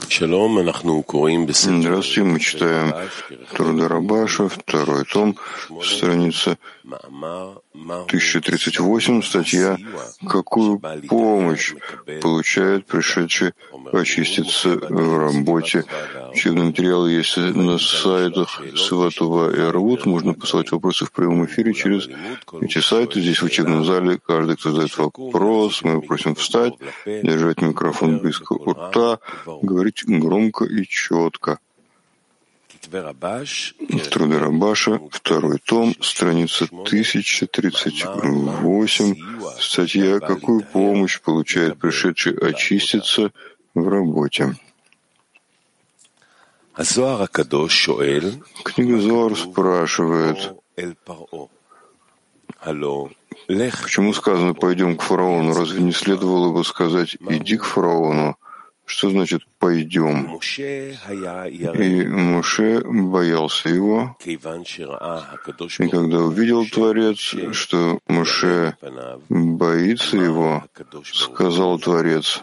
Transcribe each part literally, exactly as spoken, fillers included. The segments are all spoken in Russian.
Здравствуйте, мы читаем Труды Рабаша, второй том, страница тысяча тридцать восемь, статья «Какую помощь получает пришедший очиститься в работе». Учебные материалы есть на сайтах Сватова и Арвуд. Можно посылать вопросы в прямом эфире через эти сайты. Здесь в учебном зале каждый, кто задает вопрос, мы его просим встать, держать микрофон близко у рта, говорить громко и четко. Труды Рабаша, второй том, страница тысяча тридцать восемь, статья «Какую помощь получает пришедший очиститься в работе». Книга Зоар спрашивает, почему сказано «пойдем к фараону»? Разве не следовало бы сказать «иди к фараону»? Что значит «пойдем»? И Моше боялся его, и когда увидел Творец, что Моше боится его, сказал Творец: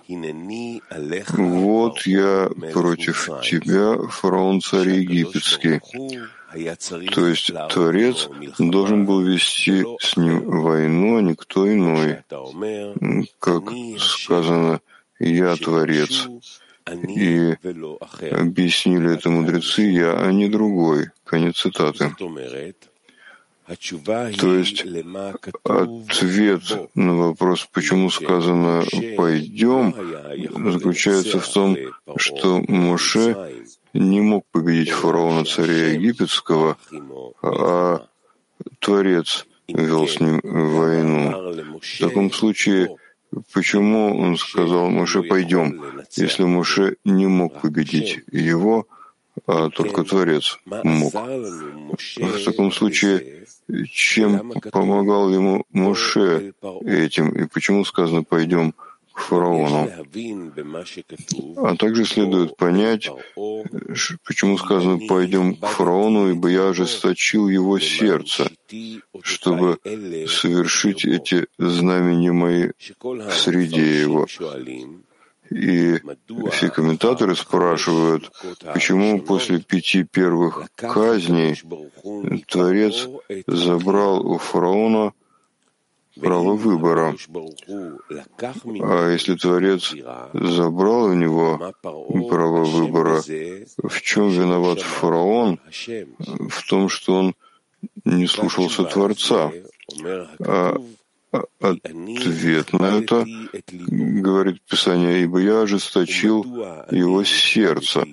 «Вот я против тебя, фараон, царь египетский». То есть Творец должен был вести с ним войну, а не кто иной. Как сказано, «Я Творец». И объяснили это мудрецы, «я, а не другой». Конец цитаты. То есть ответ на вопрос, почему сказано «пойдем», заключается в том, что Моше не мог победить фараона, царя египетского, а Творец вел с ним войну. В таком случае, почему он сказал Моше «пойдем», если Моше не мог победить его, а только Творец мог? В таком случае, чем помогал ему Моше этим, и почему сказано «пойдем к фараону»? А также следует понять, почему сказано «пойдем к фараону», ибо я ожесточил его сердце, чтобы совершить эти знамения мои в среде его. И все комментаторы спрашивают, почему после пяти первых казней Творец забрал у фараона право выбора. А если Творец забрал у него право выбора, в чем виноват фараон? В том, что он не слушался Творца. А ответ на это, говорит Писание, ибо я ожесточил его сердце.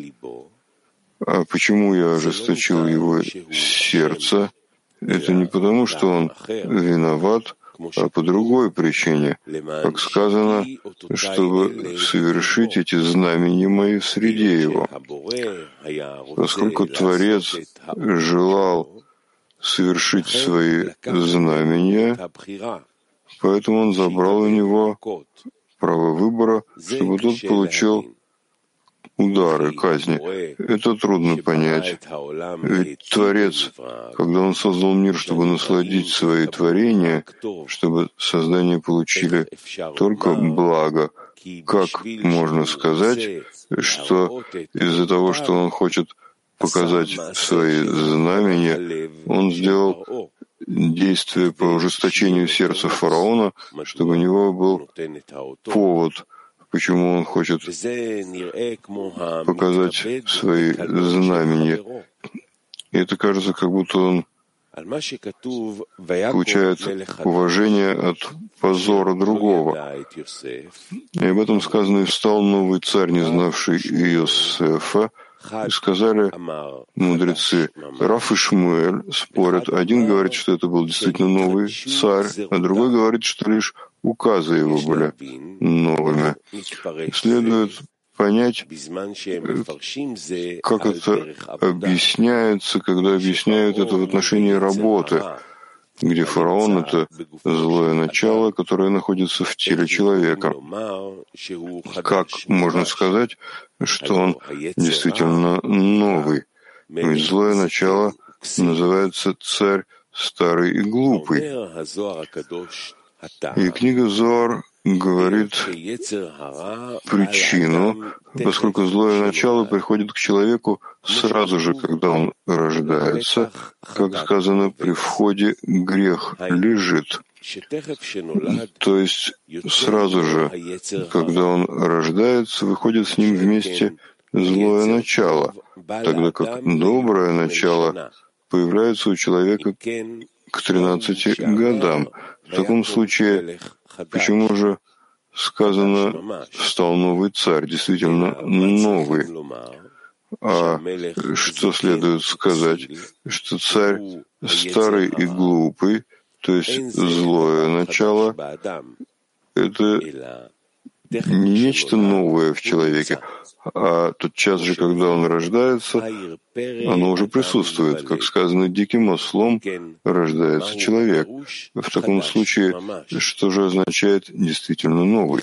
А почему я ожесточил его сердце? Это не потому, что он виноват, а по другой причине, как сказано, чтобы совершить эти знамения мои в среде его. Поскольку Творец желал совершить свои знамения, поэтому он забрал у него право выбора, чтобы тот получил удары, казни. Это трудно понять. Ведь Творец, когда он создал мир, чтобы насладить свои творения, чтобы создания получили только благо, как можно сказать, что из-за того, что он хочет показать свои знамения, он сделал действие по ужесточению сердца фараона, чтобы у него был повод, почему он хочет показать свои знамения. И это кажется, как будто он получает уважение от позора другого. И об этом сказано: «И встал новый царь, не знавший Иосифа». И сказали мудрецы, Раф и Шмуэль спорят. Один говорит, что это был действительно новый царь, а другой говорит, что лишь указы его были новыми. Следует понять, как это объясняется, когда объясняют это в отношении работы, где фараон — это злое начало, которое находится в теле человека. Как можно сказать, что он действительно новый? Ведь злое начало называется «царь старый и глупый». И книга Зоар говорит причину, поскольку злое начало приходит к человеку сразу же, когда он рождается, как сказано, при входе грех лежит. То есть сразу же, когда он рождается, выходит с ним вместе злое начало, тогда как доброе начало появляется у человека к тринадцати годам. В таком случае, почему же сказано «стал новый царь», действительно новый? А что следует сказать? Что царь старый и глупый, то есть злое начало, это не нечто новое в человеке, а тотчас же, когда он рождается, оно уже присутствует. Как сказано, диким ослом рождается человек. В таком случае, что же означает действительно новый?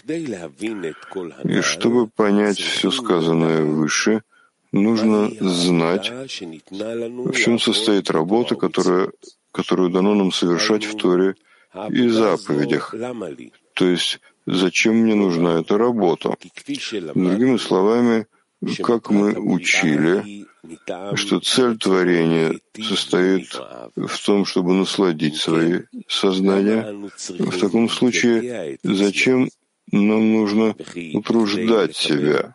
И чтобы понять все сказанное выше, нужно знать, в чем состоит работа, которая, которую дано нам совершать в Торе и заповедях. То есть, зачем мне нужна эта работа? Другими словами, как мы учили, что цель творения состоит в том, чтобы насладить свои сознания. В таком случае, зачем нам нужно утруждать себя?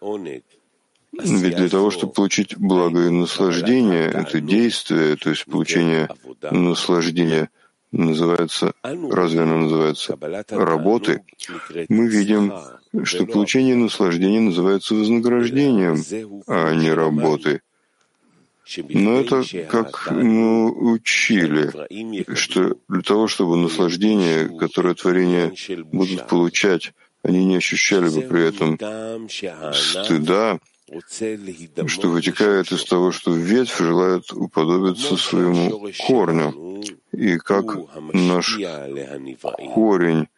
Ведь для того, чтобы получить благо и наслаждение, это действие, то есть получение наслаждения, называется, разве оно называется работой, мы видим, что получение наслаждения называется вознаграждением, а не работой. Но это как мы учили, что для того, чтобы наслаждение, которое творения будут получать, они не ощущали бы при этом стыда, что вытекает из того, что ветвь желает уподобиться своему корню. И как наш корень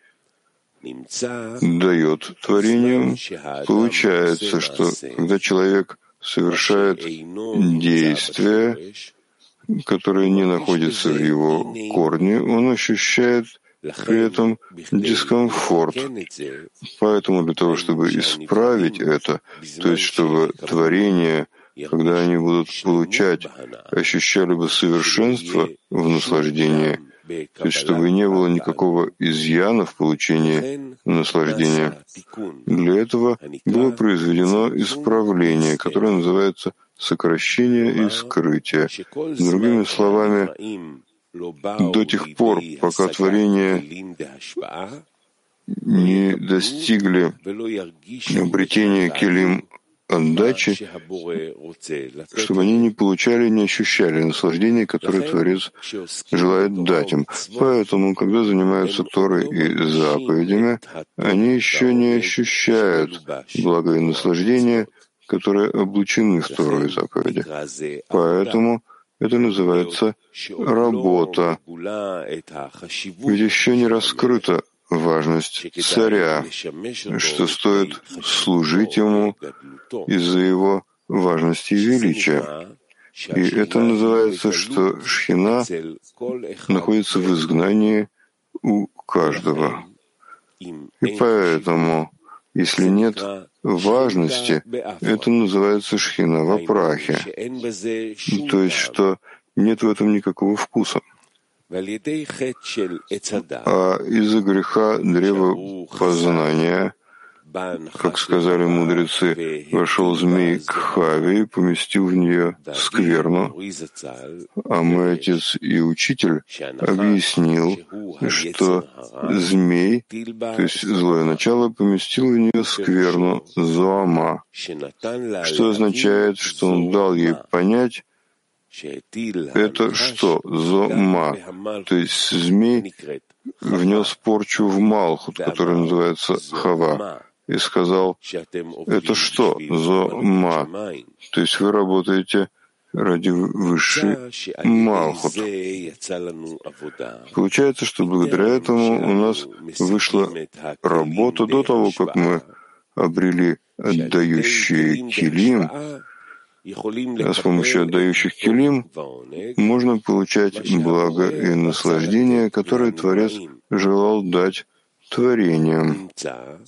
дает творению, получается, что когда человек совершает действие, которое не находится в его корне, он ощущает при этом дискомфорт. Поэтому для того, чтобы исправить это, то есть чтобы творение, когда они будут получать, ощущали бы совершенство в наслаждении, то есть чтобы не было никакого изъяна в получении наслаждения, для этого было произведено исправление, которое называется сокращение и скрытие. Другими словами, до тех пор, пока творения не достигли обретения келим отдачи, чтобы они не получали, не ощущали наслаждения, которое Творец желает дать им. Поэтому, когда занимаются Торой и заповедями, они еще не ощущают благо и наслаждения, которые облачены в Тору и заповеди. Поэтому это называется работа. Ведь еще не раскрыта важность царя, что стоит служить ему из-за его важности и величия. И это называется, что Шхина находится в изгнании у каждого. И поэтому, если нет важности, это называется Шхина во прахе. То есть, что нет в этом никакого вкуса. А из-за греха древа познания, как сказали мудрецы, вошел змей к Хаве и поместил в нее скверну. А мой отец и учитель объяснил, что змей, то есть злое начало, поместил в нее скверну зоама, что означает, что он дал ей понять, это что? Зома. То есть змей внес порчу в Малхут, который называется Хава, и сказал, это что? Зома. То есть вы работаете ради высшей Малхут. Получается, что благодаря этому у нас вышла работа до того, как мы обрели отдающие килим. А с помощью отдающих килим можно получать благо и наслаждение, которое Творец желал дать творением.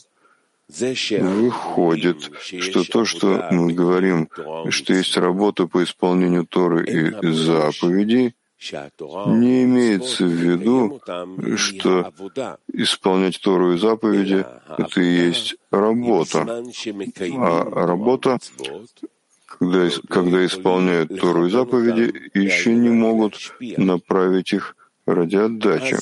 Выходит, что то, что мы говорим, что есть работа по исполнению Торы и заповедей, не имеется в виду, что исполнять Тору и заповеди — это и есть работа. А работа, когда, когда исполняют Тору и заповеди, еще не могут направить их ради отдачи.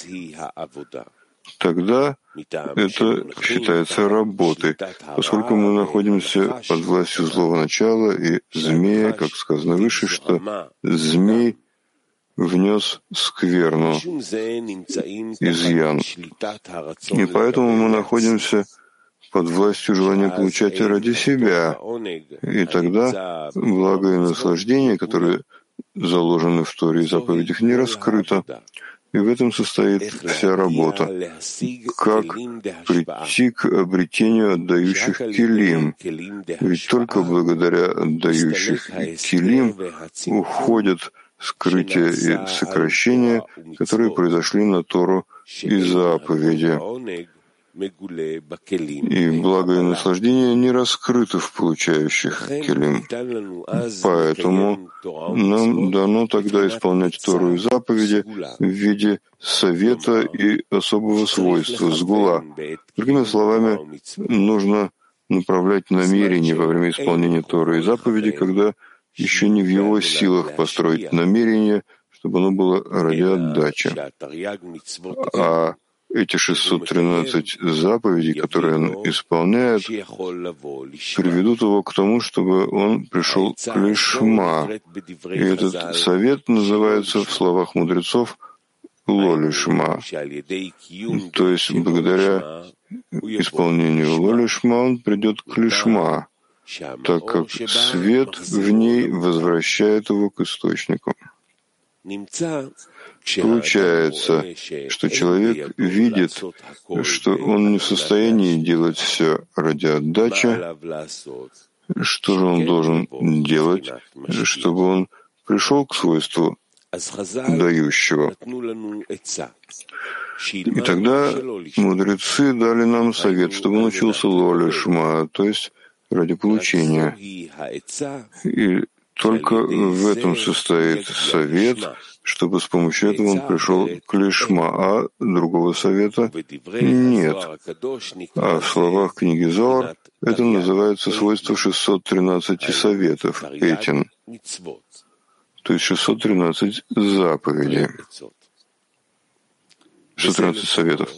Тогда это считается работой, поскольку мы находимся под властью злого начала и змея, как сказано выше, что змей внес скверну, изъян. И поэтому мы находимся под властью желания получать ради себя. И тогда благо и наслаждение, которые заложены в Торе и заповедях, не раскрыто. И в этом состоит вся работа. Как прийти к обретению отдающих килим? Ведь только благодаря отдающих килим уходят скрытие и сокращение, которые произошли на Тору и заповеди. И благо и наслаждение не раскрыты в получающих килим. Поэтому нам дано тогда исполнять Тору и заповеди в виде совета и особого свойства, сгула. Другими словами, нужно направлять намерение во время исполнения Торы и заповеди, когда еще не в его силах построить намерение, чтобы оно было ради отдачи. А эти шестьсот тринадцать заповедей, которые он исполняет, приведут его к тому, чтобы он пришел к лишма. И этот совет называется в словах мудрецов лолишма. То есть благодаря исполнению лолишма он придет к лишма, так как свет в ней возвращает его к источнику. Получается, что человек видит, что он не в состоянии делать все ради отдачи. Что же он должен делать, чтобы он пришел к свойству дающего? И тогда мудрецы дали нам совет, чтобы он учился лолишма, то есть ради получения. И только в этом состоит совет, чтобы с помощью этого он пришел к лишма, а другого совета нет. А в словах книги Зоар это называется свойство шестьсот тринадцати советов, этин, то есть шестьсот тринадцать заповедей, шестьсот тринадцать советов.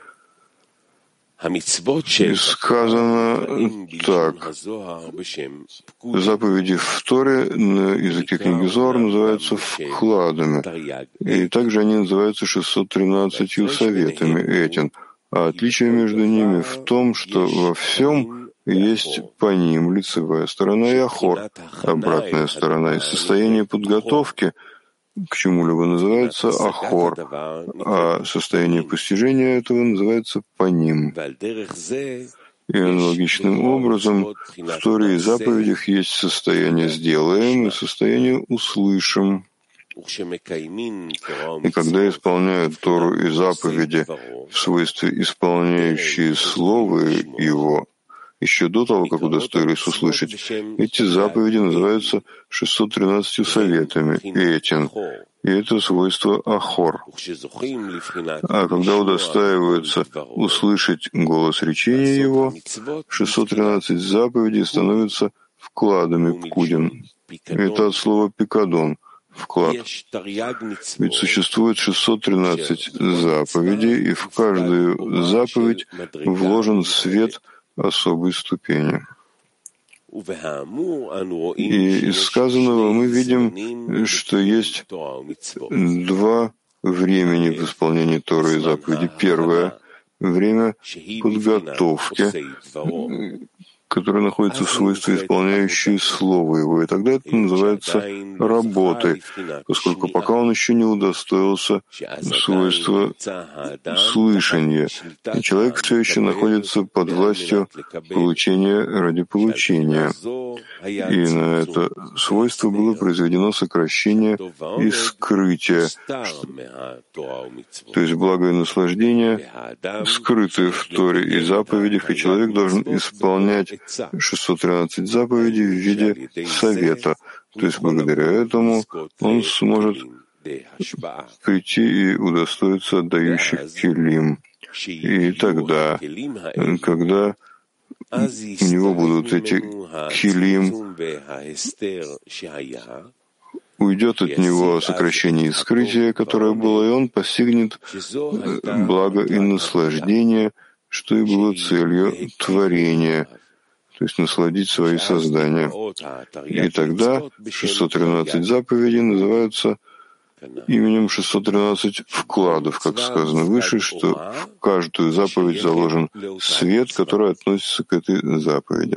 И сказано так. Заповеди в Торе на языке книги Зоар называются вкладами. И также они называются шестьсот тринадцатью советами, этин. А отличие между ними в том, что во всем есть по ним лицевая сторона и ахор, обратная сторона, и состояние подготовки к чему-либо называется ахор, а состояние постижения этого называется паним. И аналогичным образом в Торе и заповедях есть состояние «сделаем» и состояние «услышим». И когда исполняют Тору и заповеди в свойстве исполняющие слово Его, еще до того, как удостоились услышать, эти заповеди называются шестьсот тринадцатью советами, этин, и это свойство ахор. А когда удостаиваются услышать голос речения его, шестьсот тринадцать заповедей становятся вкладами пкудин. Это от слова пикадон, вклад. Ведь существует шестьсот тринадцать заповедей, и в каждую заповедь вложен свет особой ступени. И из сказанного мы видим, что есть два времени в исполнении Торы и заповеди. Первое — время подготовки, которое находится в свойстве исполняющей слово его. И тогда это называется работой, поскольку пока он еще не удостоился свойства слышания. И человек все еще находится под властью получения ради получения. И на это свойство было произведено сокращение и скрытие, то есть благо и наслаждение, скрытые в Торе и заповедях, и человек должен исполнять шестьсот тринадцать заповедей в виде совета, то есть благодаря этому он сможет прийти и удостоиться отдающих килим. И тогда, когда у него будут эти килим, уйдет от него сокращение и скрытие, которое было, и он постигнет благо и наслаждение, что и было целью творения, то есть насладить свои создания. И тогда шестьсот тринадцать заповедей называются именем шестьсот тринадцать вкладов, как сказано выше, что в каждую заповедь заложен свет, который относится к этой заповеди.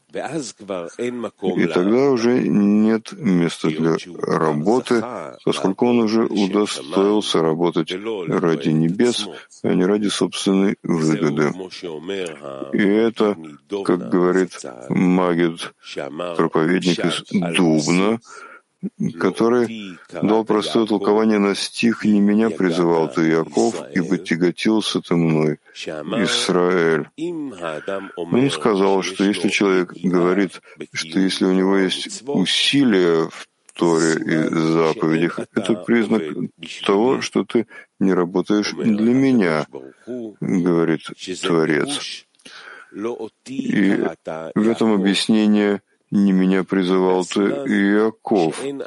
И тогда уже нет места для работы, поскольку он уже удостоился работать ради небес, а не ради собственной выгоды. И это, как говорит Магид, проповедник из Дубна, который дал простое толкование на стих «Не меня призывал ты, Яков, ибо тяготился ты мной, Исраэль». Он сказал, что если человек говорит, что если у него есть усилия в Торе и заповедях, это признак того, что ты не работаешь для меня, говорит Творец. И в этом объяснение «Не меня призывал ты, Иаков». И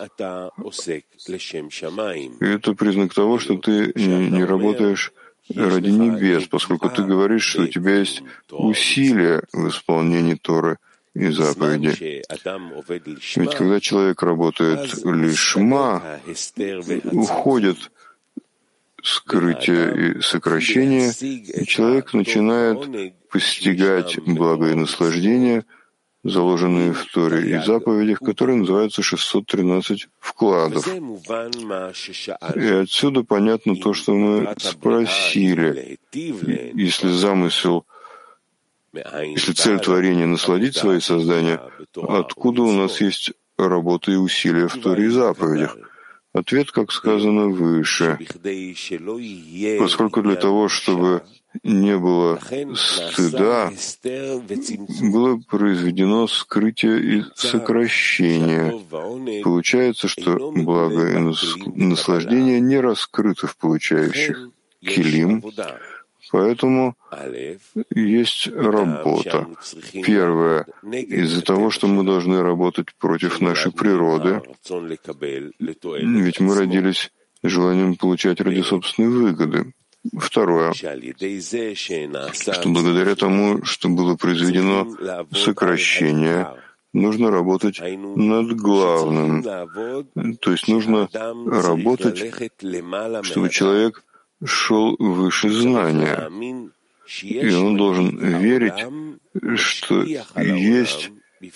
это признак того, что ты не работаешь ради небес, поскольку ты говоришь, что у тебя есть усилия в исполнении Торы и заповеди. Ведь когда человек работает лишма, уходит скрытие и сокращение, и человек начинает постигать благо и наслаждение, заложенные в Торе и заповедях, которые называются шестьсот тринадцать вкладов. И отсюда понятно то, что мы спросили. Если замысел, если цель творения — насладить свои создания, откуда у нас есть работа и усилия в Торе и заповедях? Ответ, как сказано выше, поскольку для того, чтобы не было стыда, было произведено скрытие и сокращение. Получается, что благо и наслаждение не раскрыты в получающих килим, поэтому есть работа. Первое, из-за того, что мы должны работать против нашей природы, ведь мы родились желанием получать ради собственной выгоды. Второе, что благодаря тому, что было произведено сокращение, нужно работать над главным. То есть нужно работать, чтобы человек шел выше знания. И он должен верить, что есть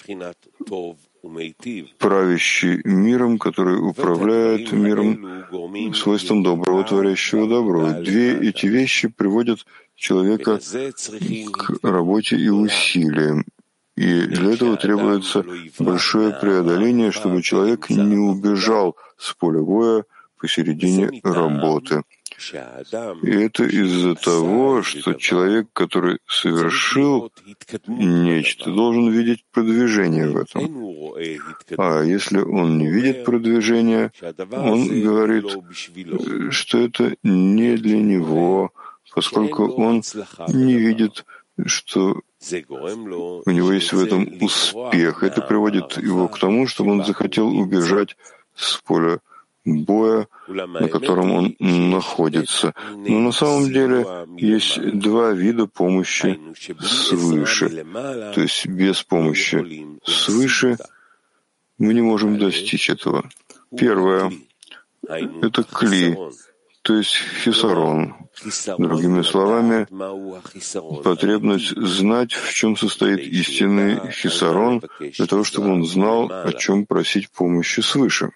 правящий миром, который управляет миром свойством доброго, творящего добро. Две эти вещи приводят человека к работе и усилиям. И для этого требуется большое преодоление, чтобы человек не убежал с поля боя посередине работы. И это из-за того, что человек, который совершил нечто, должен видеть продвижение в этом. А если он не видит продвижения, он говорит, что это не для него, поскольку он не видит, что у него есть в этом успех. Это приводит его к тому, чтобы он захотел убежать с поля боя, на котором он находится. Но на самом деле есть два вида помощи свыше. То есть без помощи свыше мы не можем достичь этого. Первое — это кли, то есть хисарон. Другими словами, потребность знать, в чем состоит истинный хисарон, для того, чтобы он знал, о чем просить помощи свыше.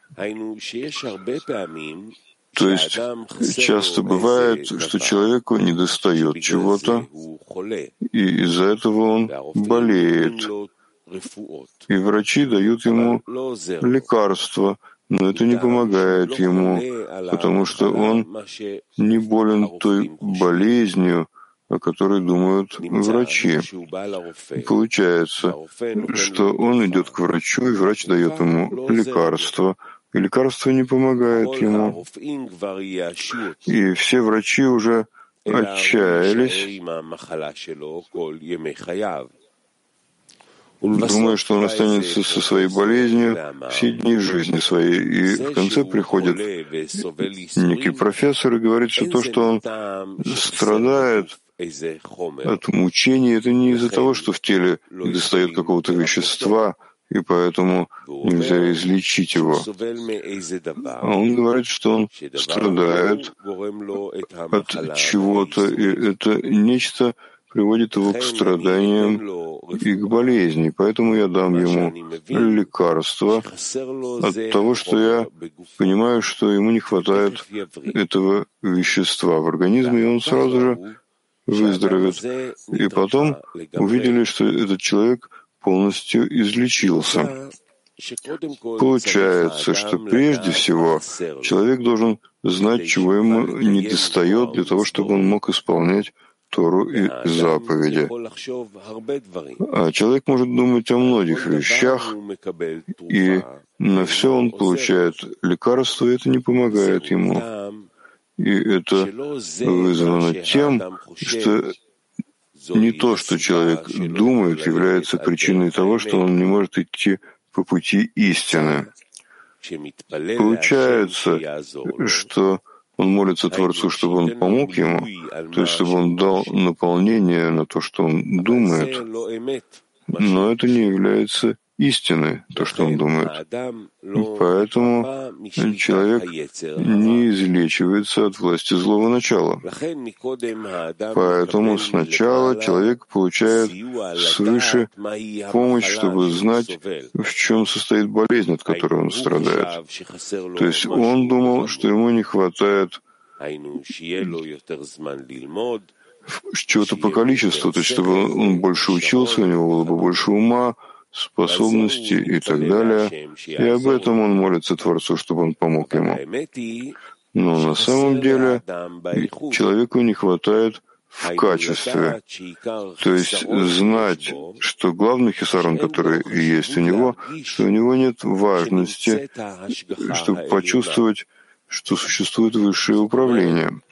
То есть часто бывает, что человеку недостает чего-то, и из-за этого он болеет. и врачи дают ему лекарства, но это не помогает ему, потому что он не болен той болезнью, о которой думают врачи. Получается, что он идет к врачу, и врач дает ему лекарство, и лекарство не помогает ему. И все врачи уже отчаялись, думая, что он останется со своей болезнью все дни жизни своей. И в конце приходит некий профессор и говорит, что то, что он страдает от мучений, это не из-за того, что в теле недостает какого-то вещества, и поэтому нельзя излечить его. А он говорит, что он страдает от чего-то, и это нечто приводит его к страданиям и к болезни. Поэтому я дам ему лекарство от того, что я понимаю, что ему не хватает этого вещества в организме, и он сразу же выздоровеет. И потом увидели, что этот человек полностью излечился. Получается, что прежде всего человек должен знать, чего ему недостает для того, чтобы он мог исполнять Тору и заповеди. А человек может думать о многих вещах, и на все он получает лекарство, и это не помогает ему. И это вызвано тем, что не то, что человек думает, является причиной того, что он не может идти по пути истины. Получается, что он молится Творцу, чтобы он помог ему, то есть чтобы он дал наполнение на то, что он думает, но это не является истиной, то, что он думает. Поэтому человек не излечивается от власти злого начала. Поэтому сначала человек получает свыше помощь, чтобы знать, в чем состоит болезнь, от которой он страдает. То есть он думал, что ему не хватает чего-то по количеству, то есть чтобы он больше учился, у него было бы больше ума, способности и так далее. И об этом он молится Творцу, чтобы он помог ему. Но на самом деле человеку не хватает в качестве. То есть знать, что главный хисарон, который есть у него, что у него нет важности, чтобы почувствовать, что существует высшее управление.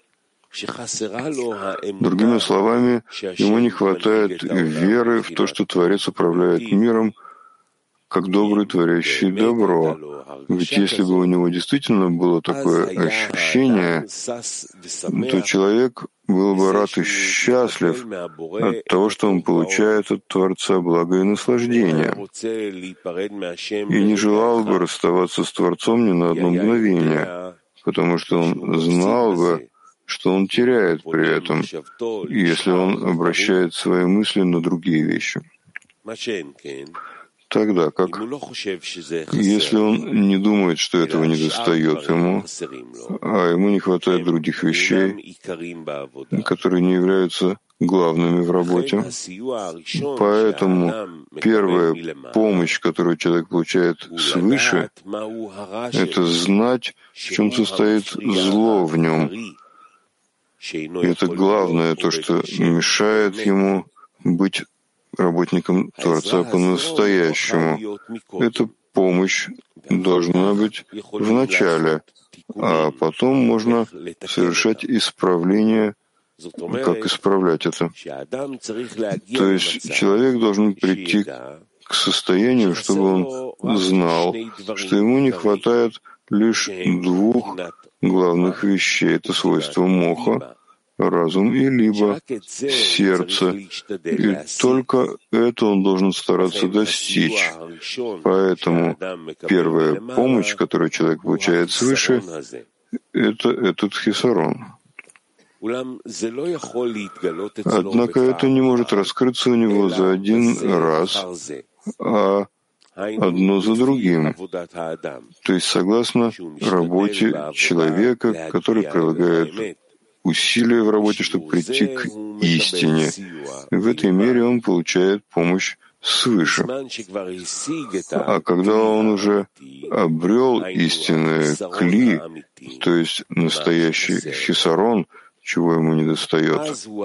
Другими словами, ему не хватает веры в то, что Творец управляет миром, как добрый, творящий добро. Ведь если бы у него действительно было такое ощущение, то человек был бы рад и счастлив от того, что он получает от Творца благо и наслаждение, и не желал бы расставаться с Творцом ни на одно мгновение, потому что он знал бы, что он теряет при этом, если он обращает свои мысли на другие вещи. Тогда как, если он не думает, что этого недостает ему, а ему не хватает других вещей, которые не являются главными в работе, поэтому первая помощь, которую человек получает свыше, это знать, в чем состоит зло в нем. И это главное, то, что мешает ему быть работником Творца по-настоящему. Эта помощь должна быть в начале, а потом можно совершать исправление, как исправлять это. То есть человек должен прийти к состоянию, чтобы он знал, что ему не хватает лишь двух главных вещей. Это свойство моха, разум и либо сердце. И только это он должен стараться достичь. Поэтому первая помощь, которую человек получает свыше, это этот хисарон. Однако это не может раскрыться у него за один раз, а одно за другим. То есть согласно работе человека, который прилагает усилия в работе, чтобы прийти к истине. И в этой мере он получает помощь свыше. А когда он уже обрел истинное кли, то есть настоящий хисарон, чего ему недостает,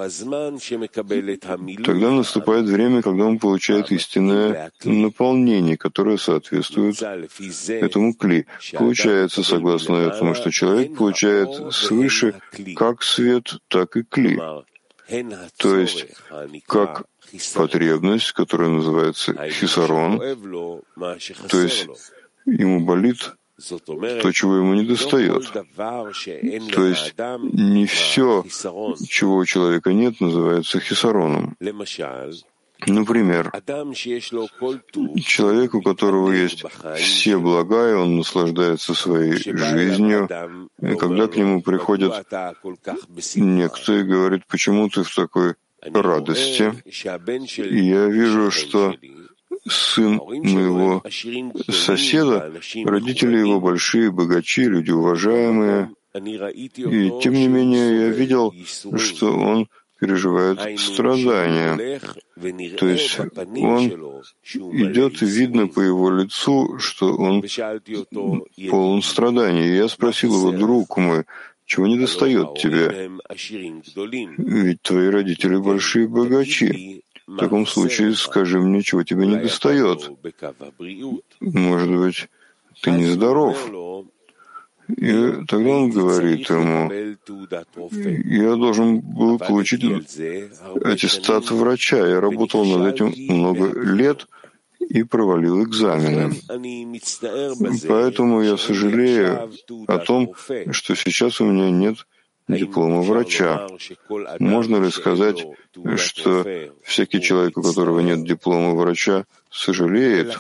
тогда наступает время, когда он получает истинное наполнение, которое соответствует этому кли. Получается, согласно этому, что человек получает свыше как свет, так и кли. То есть, как потребность, которая называется хисарон, то есть ему болит то, чего ему недостает. То есть не все, чего у человека нет, называется хисароном. Например, человек, у которого есть все блага, и он наслаждается своей жизнью, и когда к нему приходит некто и говорит, почему ты в такой радости, и я вижу, что сын моего соседа, родители его большие богачи, люди уважаемые, и тем не менее я видел, что он переживает страдания. То есть он идет, и видно по его лицу, что он полон страданий. И я спросил его, друг мой, чего недостает тебе? Ведь твои родители большие богачи. В таком случае скажи мне, чего тебе недостает. Может быть, ты нездоров. И тогда он говорит ему, я должен был получить аттестат врача. Я работал над этим много лет и провалил экзамены. Поэтому я сожалею о том, что сейчас у меня нет диплома врача. Можно ли сказать, что всякий человек, у которого нет диплома врача, сожалеет?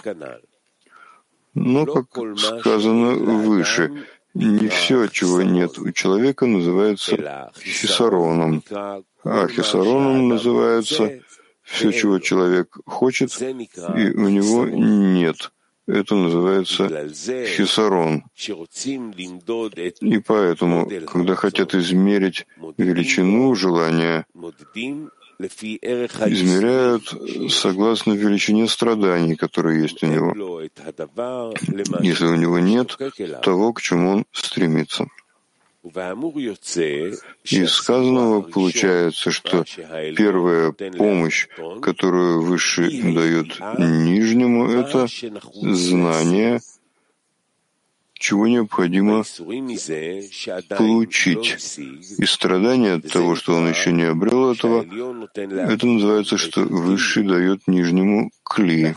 Но, как сказано выше, не все, чего нет у человека, называется хисароном, а хисароном называется все, чего человек хочет, и у него нет. Это называется хисарон. И поэтому, когда хотят измерить величину желания, измеряют согласно величине страданий, которые есть у него, если у него нет того, к чему он стремится. Из сказанного получается, что первая помощь, которую Высший дает Нижнему, это знание, чего необходимо получить. И страдание от того, что он еще не обрел этого, это называется, что Высший дает Нижнему кли.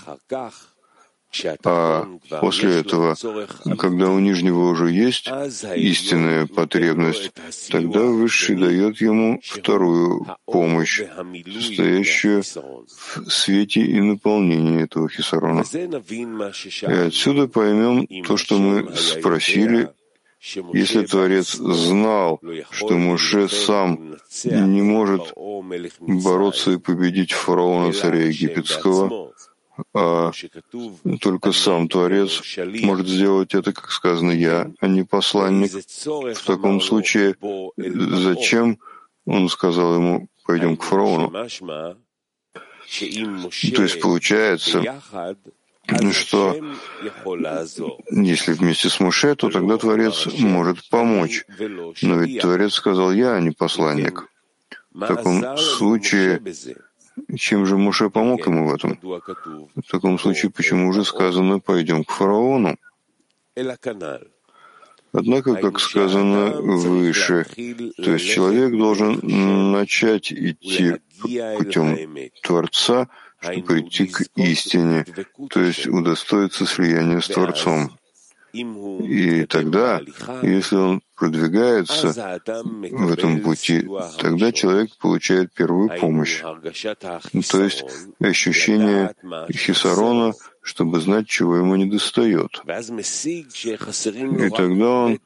А после этого, когда у Нижнего уже есть истинная потребность, тогда Высший дает ему вторую помощь, состоящую в свете и наполнении этого хисарона. И отсюда поймем то, что мы спросили. Если Творец знал, что Моше сам не может бороться и победить фараона, царя египетского, а только сам Творец может сделать это, как сказано, я, а не посланник. В таком случае, зачем он сказал ему, пойдем к фараону? То есть получается, что если вместе с Моше, то тогда Творец может помочь. Но ведь Творец сказал, я, а не посланник. В таком случае, чем же Моше помог ему в этом? В таком случае, почему же сказано «пойдем к фараону»? Однако, как сказано выше, то есть человек должен начать идти путем Творца, чтобы прийти к истине, то есть удостоиться слияния с Творцом. И тогда, если он продвигается в этом пути, тогда человек получает первую помощь, то есть ощущение хисарона, чтобы знать, чего ему недостает. И тогда он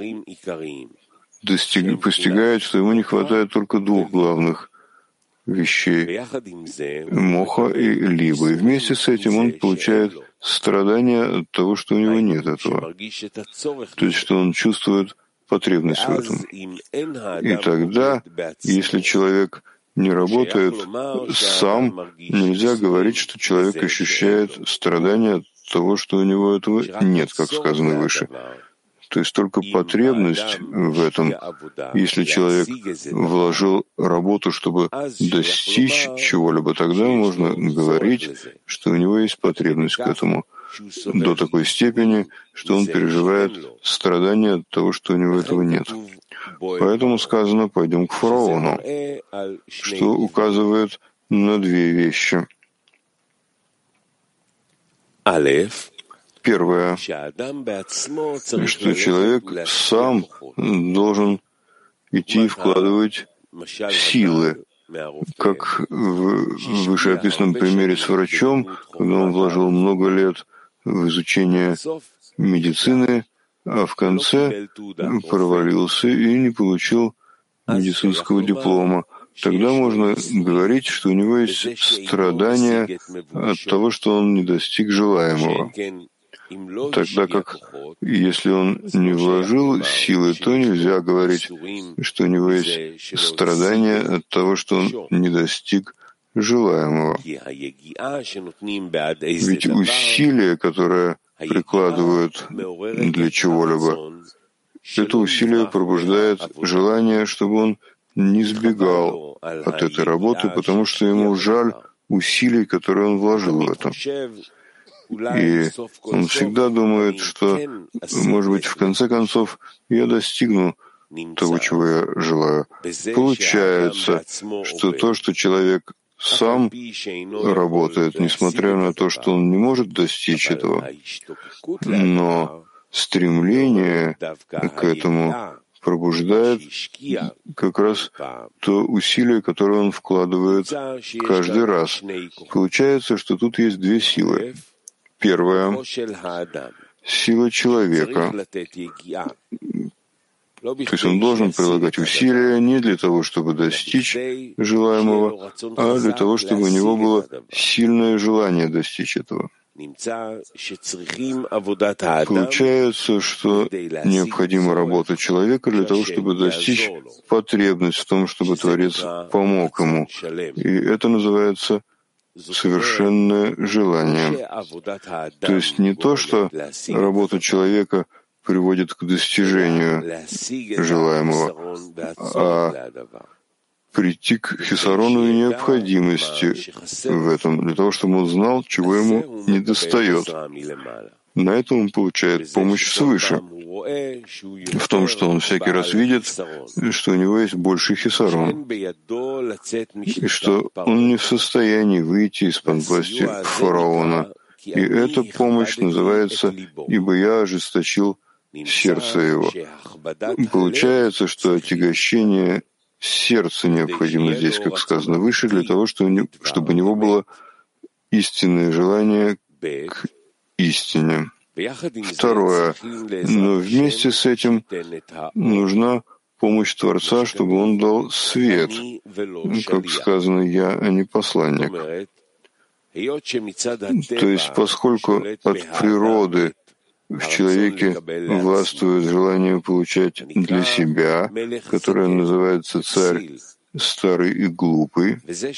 достиг, постигает, что ему не хватает только двух главных вещей — моха и либо. И вместе с этим он получает страдания от того, что у него нет этого. То есть, что он чувствует потребность в этом. И тогда, если человек не работает сам, нельзя говорить, что человек ощущает страдания от того, что у него этого нет, как сказано выше. То есть только потребность в этом. Если человек вложил работу, чтобы достичь чего-либо, тогда можно говорить, что у него есть потребность к этому до такой степени, что он переживает страдания от того, что у него этого нет. Поэтому сказано «пойдем к фараону», что указывает на две вещи. Первое, что человек сам должен идти и вкладывать силы, как в вышеописанном примере с врачом, когда он вложил много лет в изучение медицины, а в конце провалился и не получил медицинского диплома. Тогда можно говорить, что у него есть страдания от того, что он не достиг желаемого. Тогда как, если он не вложил силы, то нельзя говорить, что у него есть страдания от того, что он не достиг желаемого. Ведь усилия, которые прикладывают для чего-либо, это усилие пробуждает желание, чтобы он не сбегал от этой работы, потому что ему жаль усилий, которые он вложил в это. И он всегда думает, что, может быть, в конце концов, я достигну того, чего я желаю. Получается, что то, что человек сам работает, несмотря на то, что он не может достичь этого, но стремление к этому пробуждает как раз то усилие, которое он вкладывает каждый раз. Получается, что тут есть две силы. Первая — сила человека. То есть он должен прилагать усилия не для того, чтобы достичь желаемого, а для того, чтобы у него было сильное желание достичь этого. Получается, что необходима работа человека для того, чтобы достичь потребность в том, чтобы Творец помог ему. И это называется совершенное желание. То есть не то, что работа человека приводит к достижению желаемого, а прийти к хисарону и необходимости в этом, для того, чтобы он знал, чего ему недостает. На этом он получает помощь свыше, в том, что он всякий раз видит, что у него есть больший хисарон, и что он не в состоянии выйти из-под власти фараона. И эта помощь называется «Ибо я ожесточил сердце его». Получается, что отягощение сердца необходимо здесь, как сказано выше, для того, чтобы у него было истинное желание к истине. Второе. Но вместе с этим нужна помощь Творца, чтобы он дал свет, как сказано «я», а не посланник. То есть, поскольку от природы в человеке властвует желание получать для себя, которое называется «царь старый и глупый»,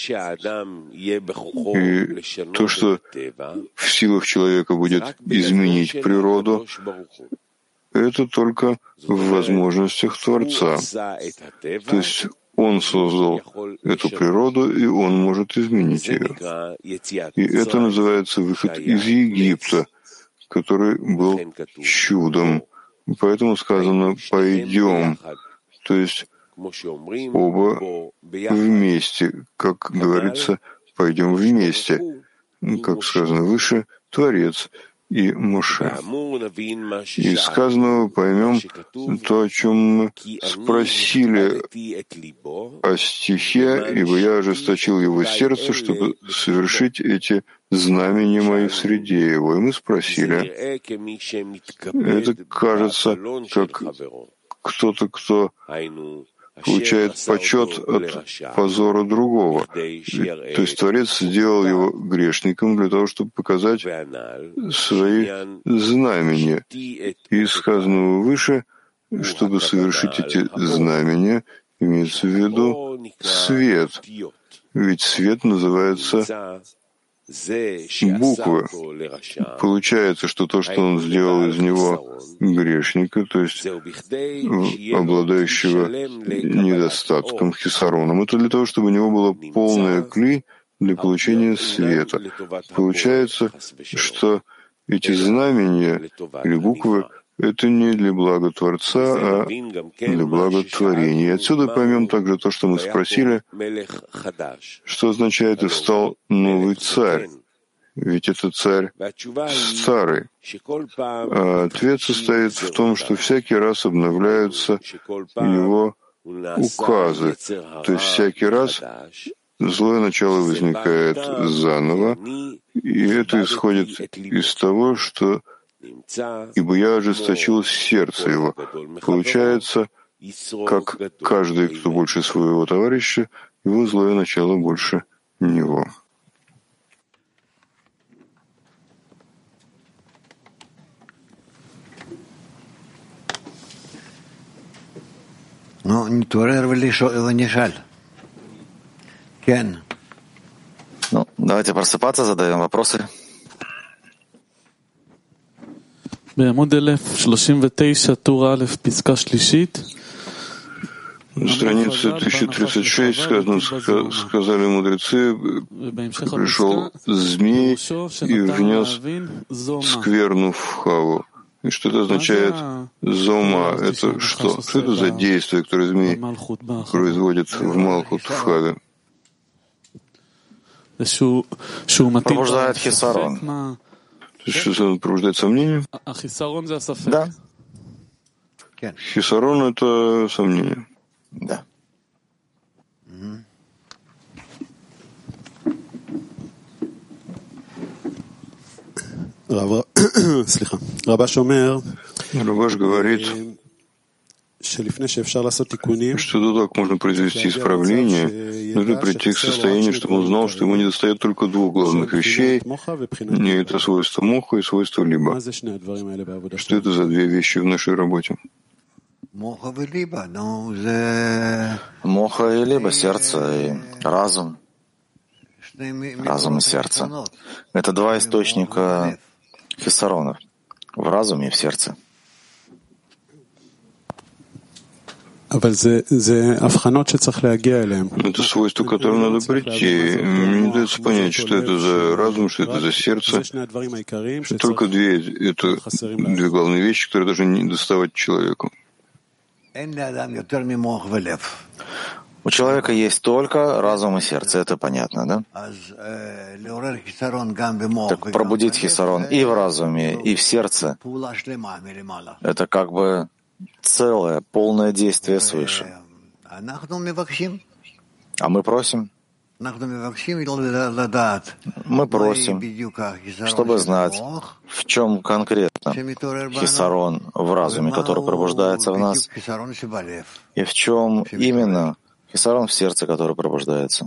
и то, что в силах человека будет изменить природу, это только в возможностях Творца. То есть Он создал эту природу, и Он может изменить ее. И это называется выход из Египта, который был чудом. Поэтому сказано «пойдем», то есть оба вместе, как говорится, «пойдем вместе», как сказано выше, Творец и Моше. Из сказанного поймем то, о чем мы спросили о стихе, «Ибо я ожесточил его сердце, чтобы совершить эти знамения мои в среде его». И мы спросили, это кажется как кто-то, кто получает почет от позора другого. То есть Творец сделал его грешником для того, чтобы показать свои знамения. И сказанного выше, чтобы совершить эти знамения, имеется в виду свет, ведь свет называется буквы. Получается, что то, что он сделал из него грешника, то есть обладающего недостатком, хисароном, это для того, чтобы у него было полное кли для получения света. Получается, что эти знамения или буквы — это не для блага Творца, а для блага творения. И отсюда поймем также то, что мы спросили, что означает «и встал новый царь». Ведь это царь старый. А ответ состоит в том, что всякий раз обновляются его указы. То есть всякий раз злое начало возникает заново, и это исходит из того, что «ибо я ожесточил сердце его». Получается, как каждый, кто больше своего товарища, его злое начало больше него. Ну, не туарер не жаль. Кен. Ну, давайте просыпаться, задаем вопросы. בעמוד אלף שלושים ותשע, טור א', פסקה שלישית. На странице тысяча тридцать шесть сказано, сказали мудрецы, пришел змей и внес скверну в Хаву. И что это означает зома? Это что? Что это за действие, которое змей производит в Малхут, в Хаве? Пробуждает хисарон. То есть что он пробуждает сомнение? Да. Хисарон — это сомнение. Да. Рабаш говорит, что до того, как можно произвести исправление, нужно прийти к состоянию, чтобы он знал, что ему недостает только двух главных вещей, и это свойство моха и свойство либа. Что это за две вещи в нашей работе? Моха и либо, сердце и разум. Разум и сердце. Это два источника хисаронов в разуме и в сердце. Это свойство, к которому надо прийти. Мне не дается понять, что это за разум, что это за сердце. Что только две, это две главные вещи, которые должны не доставать человеку. У человека есть только разум и сердце, это понятно, да? Так пробудить хисарон и в разуме, и в сердце — это как бы целое, полное действие свыше. А мы просим? Мы просим, чтобы знать, в чем конкретно хисарон в разуме, который пробуждается в нас, и в чем именно хисарон в сердце, который пробуждается.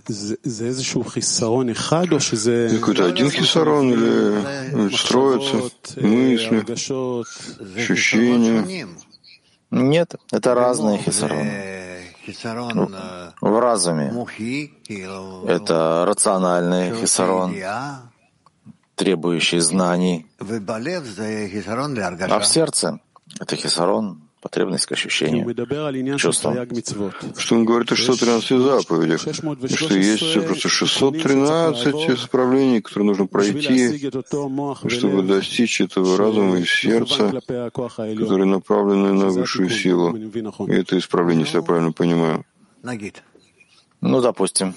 Какой-то один хисарон или строятся мысли, ощущения? Нет, это разные хисароны. В разуме это рациональный хисарон, требующий знаний, а в сердце это хисарон, потребность к ощущению, чувствам. Что он говорит о шестьсот тринадцати заповедях, что есть просто шестьсот тринадцать исправлений, которые нужно пройти, чтобы достичь этого разума и сердца, которые направлены на высшую силу. И это исправление, если я правильно понимаю. Ну, допустим.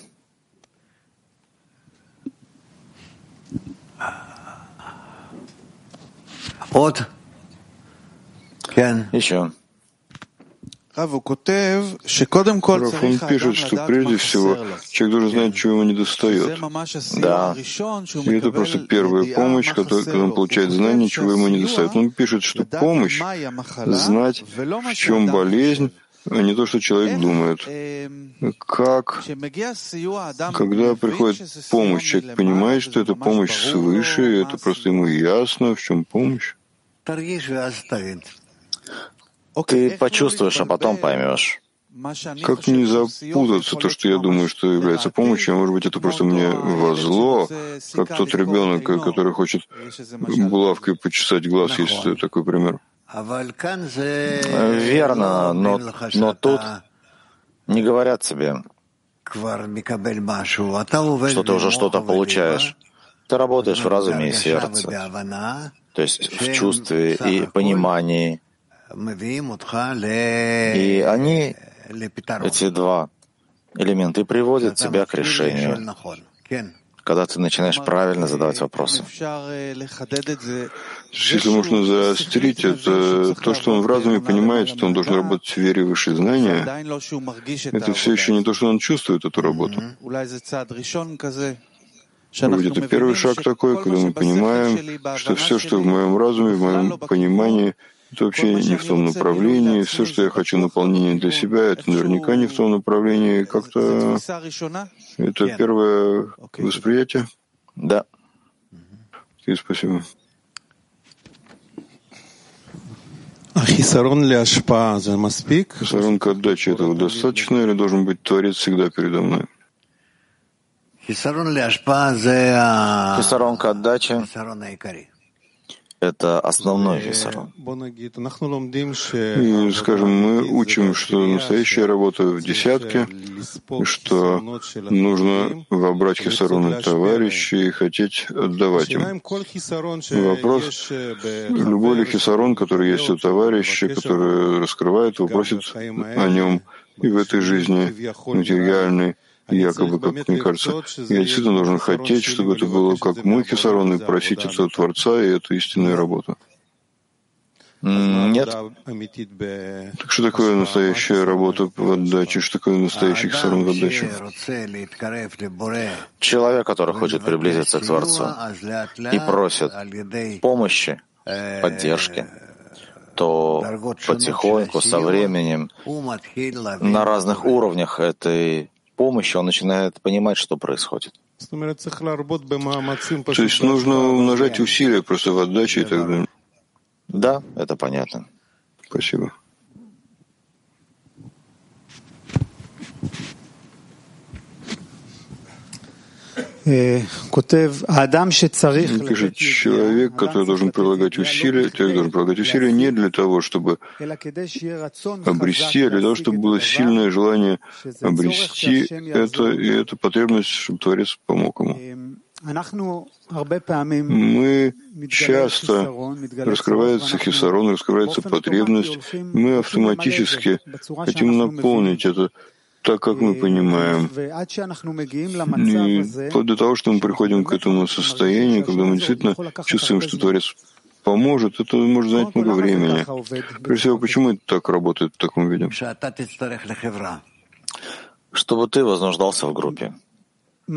Вот. Еще. Раф, он пишет, что прежде всего человек должен знать, чего ему недостает. Да. И это просто первая помощь, когда он получает знание, чего ему недостает. Он пишет, что помощь — знать, в чем болезнь, а не то, что человек думает. Как, когда приходит помощь, человек понимает, что это помощь свыше, и это просто ему ясно, в чем помощь. Ты почувствуешь, а потом поймешь. Как не запутаться, то, что я думаю, что является помощью, а может быть, это просто мне возло, как тот ребенок, который хочет булавкой почесать глаз, есть такой пример. Верно, но, но тут не говорят тебе, что ты уже что-то получаешь. Ты работаешь в разуме и сердце, то есть в чувстве и понимании. И они, эти два элемента, приводят тебя к решению, когда ты начинаешь правильно задавать вопросы. Если можно заострить, это то, что он в разуме понимает, что он должен работать в вере в высшие знания, это все еще не то, что он чувствует эту работу. Ведь это первый шаг такой, когда мы понимаем, что все, что в моем разуме, в моем понимании, это вообще не в том направлении, все, что я хочу наполнения для себя, это наверняка не в том направлении, как-то это первое восприятие? Да. И спасибо. Хисарон к отдаче этого достаточно или должен быть Творец всегда передо мной? Хисарон к отдаче — это основной хисарон. И, скажем, мы учим, что настоящая работа в десятке, что нужно вобрать хисароны товарищей и хотеть отдавать им. Вопрос, любой ли хисарон, который есть у товарища, который раскрывает его, просит о нем и в этой жизни материальной, якобы, как мне кажется, я действительно должен хотеть, чтобы это было как мой хисарон, и просить это от Творца, и это истинная работа. Нет. Так что такое настоящая работа в отдаче? Что такое настоящий хисарон в отдаче? Человек, который хочет приблизиться к Творцу и просит помощи, поддержки, то потихоньку, со временем, на разных уровнях этой помощи он начинает понимать, что происходит. То есть нужно умножать усилия просто в отдаче и так далее. Да, это понятно. Спасибо. Пишет, человек, который должен прилагать усилия, человек должен прилагать усилия не для того, чтобы обрести, а для того, чтобы было сильное желание обрести это, и эта потребность, чтобы Творец помог ему. Мы часто раскрывается хисарон, раскрывается потребность, мы автоматически хотим наполнить это так, как мы понимаем. И вплоть до того, что мы приходим к этому состоянию, когда мы действительно чувствуем, что Творец поможет, это может занять много времени. Прежде всего, почему это так работает в таком виде? Чтобы ты вознуждался в группе. И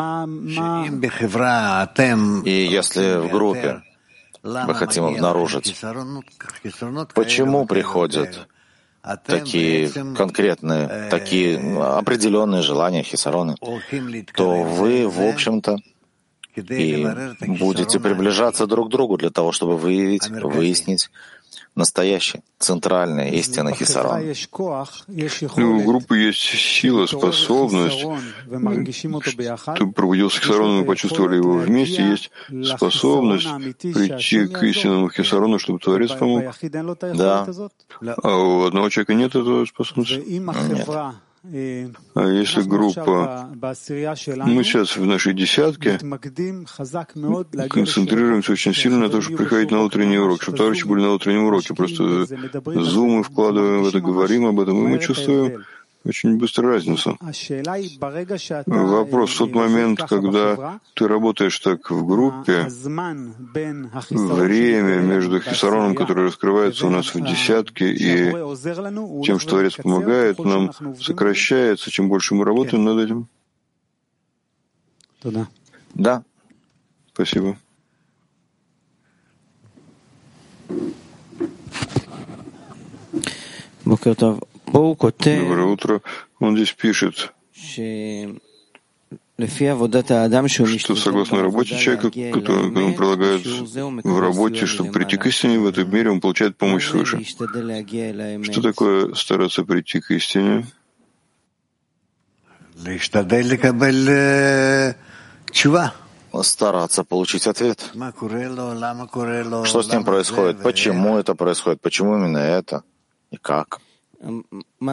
если в группе мы хотим обнаружить, почему приходят такие конкретные, такие определенные желания, хисароны, то вы, в общем-то, и будете приближаться друг к другу для того, чтобы выявить, выяснить настоящий, центральный, истинный хисарон. У группы есть сила, способность. Ты пробудился хисароном, мы почувствовали его вместе. Есть способность прийти к истинному хисарону, чтобы Творец помог. Да. А у одного человека нет этой способности? Нет. А если группа, мы сейчас в нашей десятке концентрируемся очень сильно на том, чтобы приходить на утренний урок, чтобы товарищи были на утреннем уроке, просто зумы вкладываем в это, говорим об этом, и мы чувствуем очень быстро разницу. Вопрос, в тот момент, когда ты работаешь так в группе, время между хисароном, который раскрывается у нас в десятке, и тем, что Творец помогает, нам сокращается, чем больше мы работаем над этим. Да. Спасибо. Доброе утро. Он здесь пишет, что согласно работе человека, которую он прилагает в работе, чтобы прийти к истине, в этом мире он получает помощь свыше. Что такое стараться прийти к истине? Стараться получить ответ. Что с ним происходит? Почему это происходит? Почему именно это? И как? Что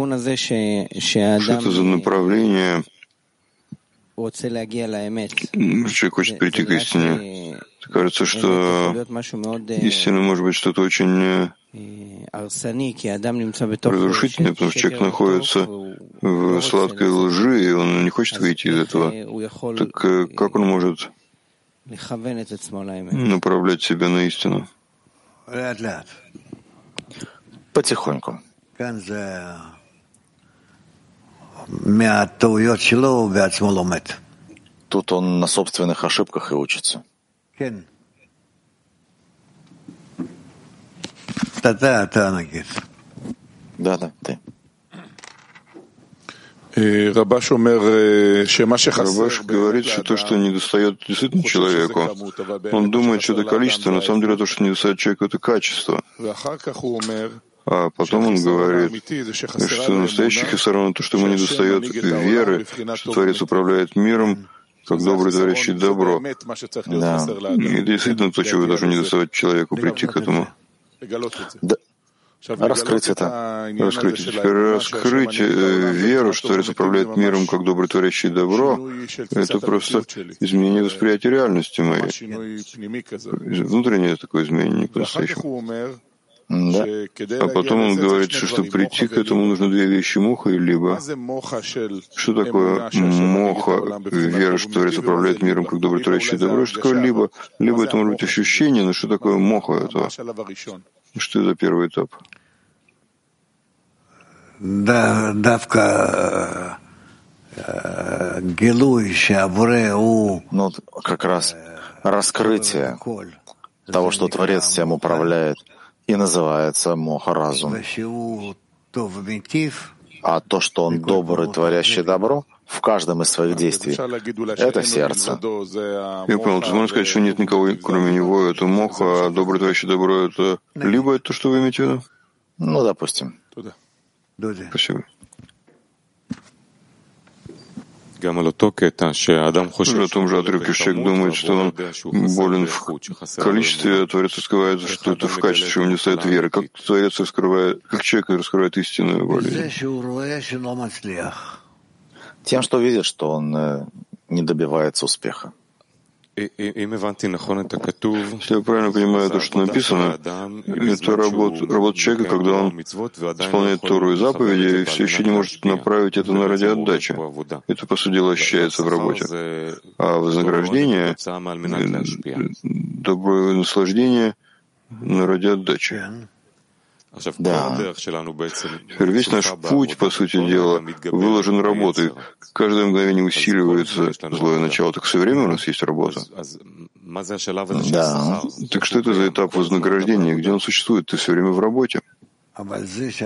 это за направление? Человек хочет прийти к истине. Кажется, что истина может быть что-то очень разрушительное, потому что человек находится в сладкой лжи, и он не хочет выйти из этого. Так как он может направлять себя на истину? Потихоньку. Тут он на собственных ошибках и учится. Да-да, ты. Рабаш говорит, что то, что недостает действительно человеку, он думает, что это количество, на самом деле то, что недостает человеку, это качество. А потом он говорит, что настоящий хисарон — то, что ему недостает веры, что Творец управляет миром, как добрый, творящий добро. Да. И действительно то, чего должно недоставать человеку, прийти к этому. Да. Раскрыть это. Раскрыть. Теперь раскрыть э, веру, что Творец управляет миром, как добрый, творящий добро, это просто изменение восприятия реальности моей. Внутреннее такое изменение по-настоящему. Да. А потом он говорит, что чтобы прийти к этому, нужно две вещи: моха и либо. Что такое моха, вера, что Творец управляет миром, как добрый, творящий добро? Что такое либо? Либо это может быть ощущение, но что такое моха этого? Что это за первый этап? Да, давка гилуй шабреу. Ну, как раз раскрытие того, что Творец всем управляет, и называется моха разум. А то, что он добрый, творящий добро, в каждом из своих действий, это сердце. Я понял, ты можешь сказать, что нет никого, кроме него, это моха, а добрый, творящий добро — это либо это то, что вы имеете в виду? Ну, допустим. Спасибо. Тоже о том же отрывке человек думает, что он болен в количестве, а Творец раскрывает, что это в качестве, что ему не стоит веры. Как Творец раскрывает, как человек раскрывает истинную болезнь? Тем, что видит, что он не добивается успеха. Если я правильно понимаю то, что написано, это работа, работа человека, когда он исполняет Тору и заповеди, и все еще не может направить это на ради отдачи. Это, по сути дела, ощущается в работе. А вознаграждение, доброе наслаждение на ради отдачи. Да. Теперь весь наш путь, по сути дела, выложен работой. Каждое мгновение усиливается злое начало. Так все время у нас есть работа. Да. Так что это за этап вознаграждения? Где он существует? Ты все время в работе. Но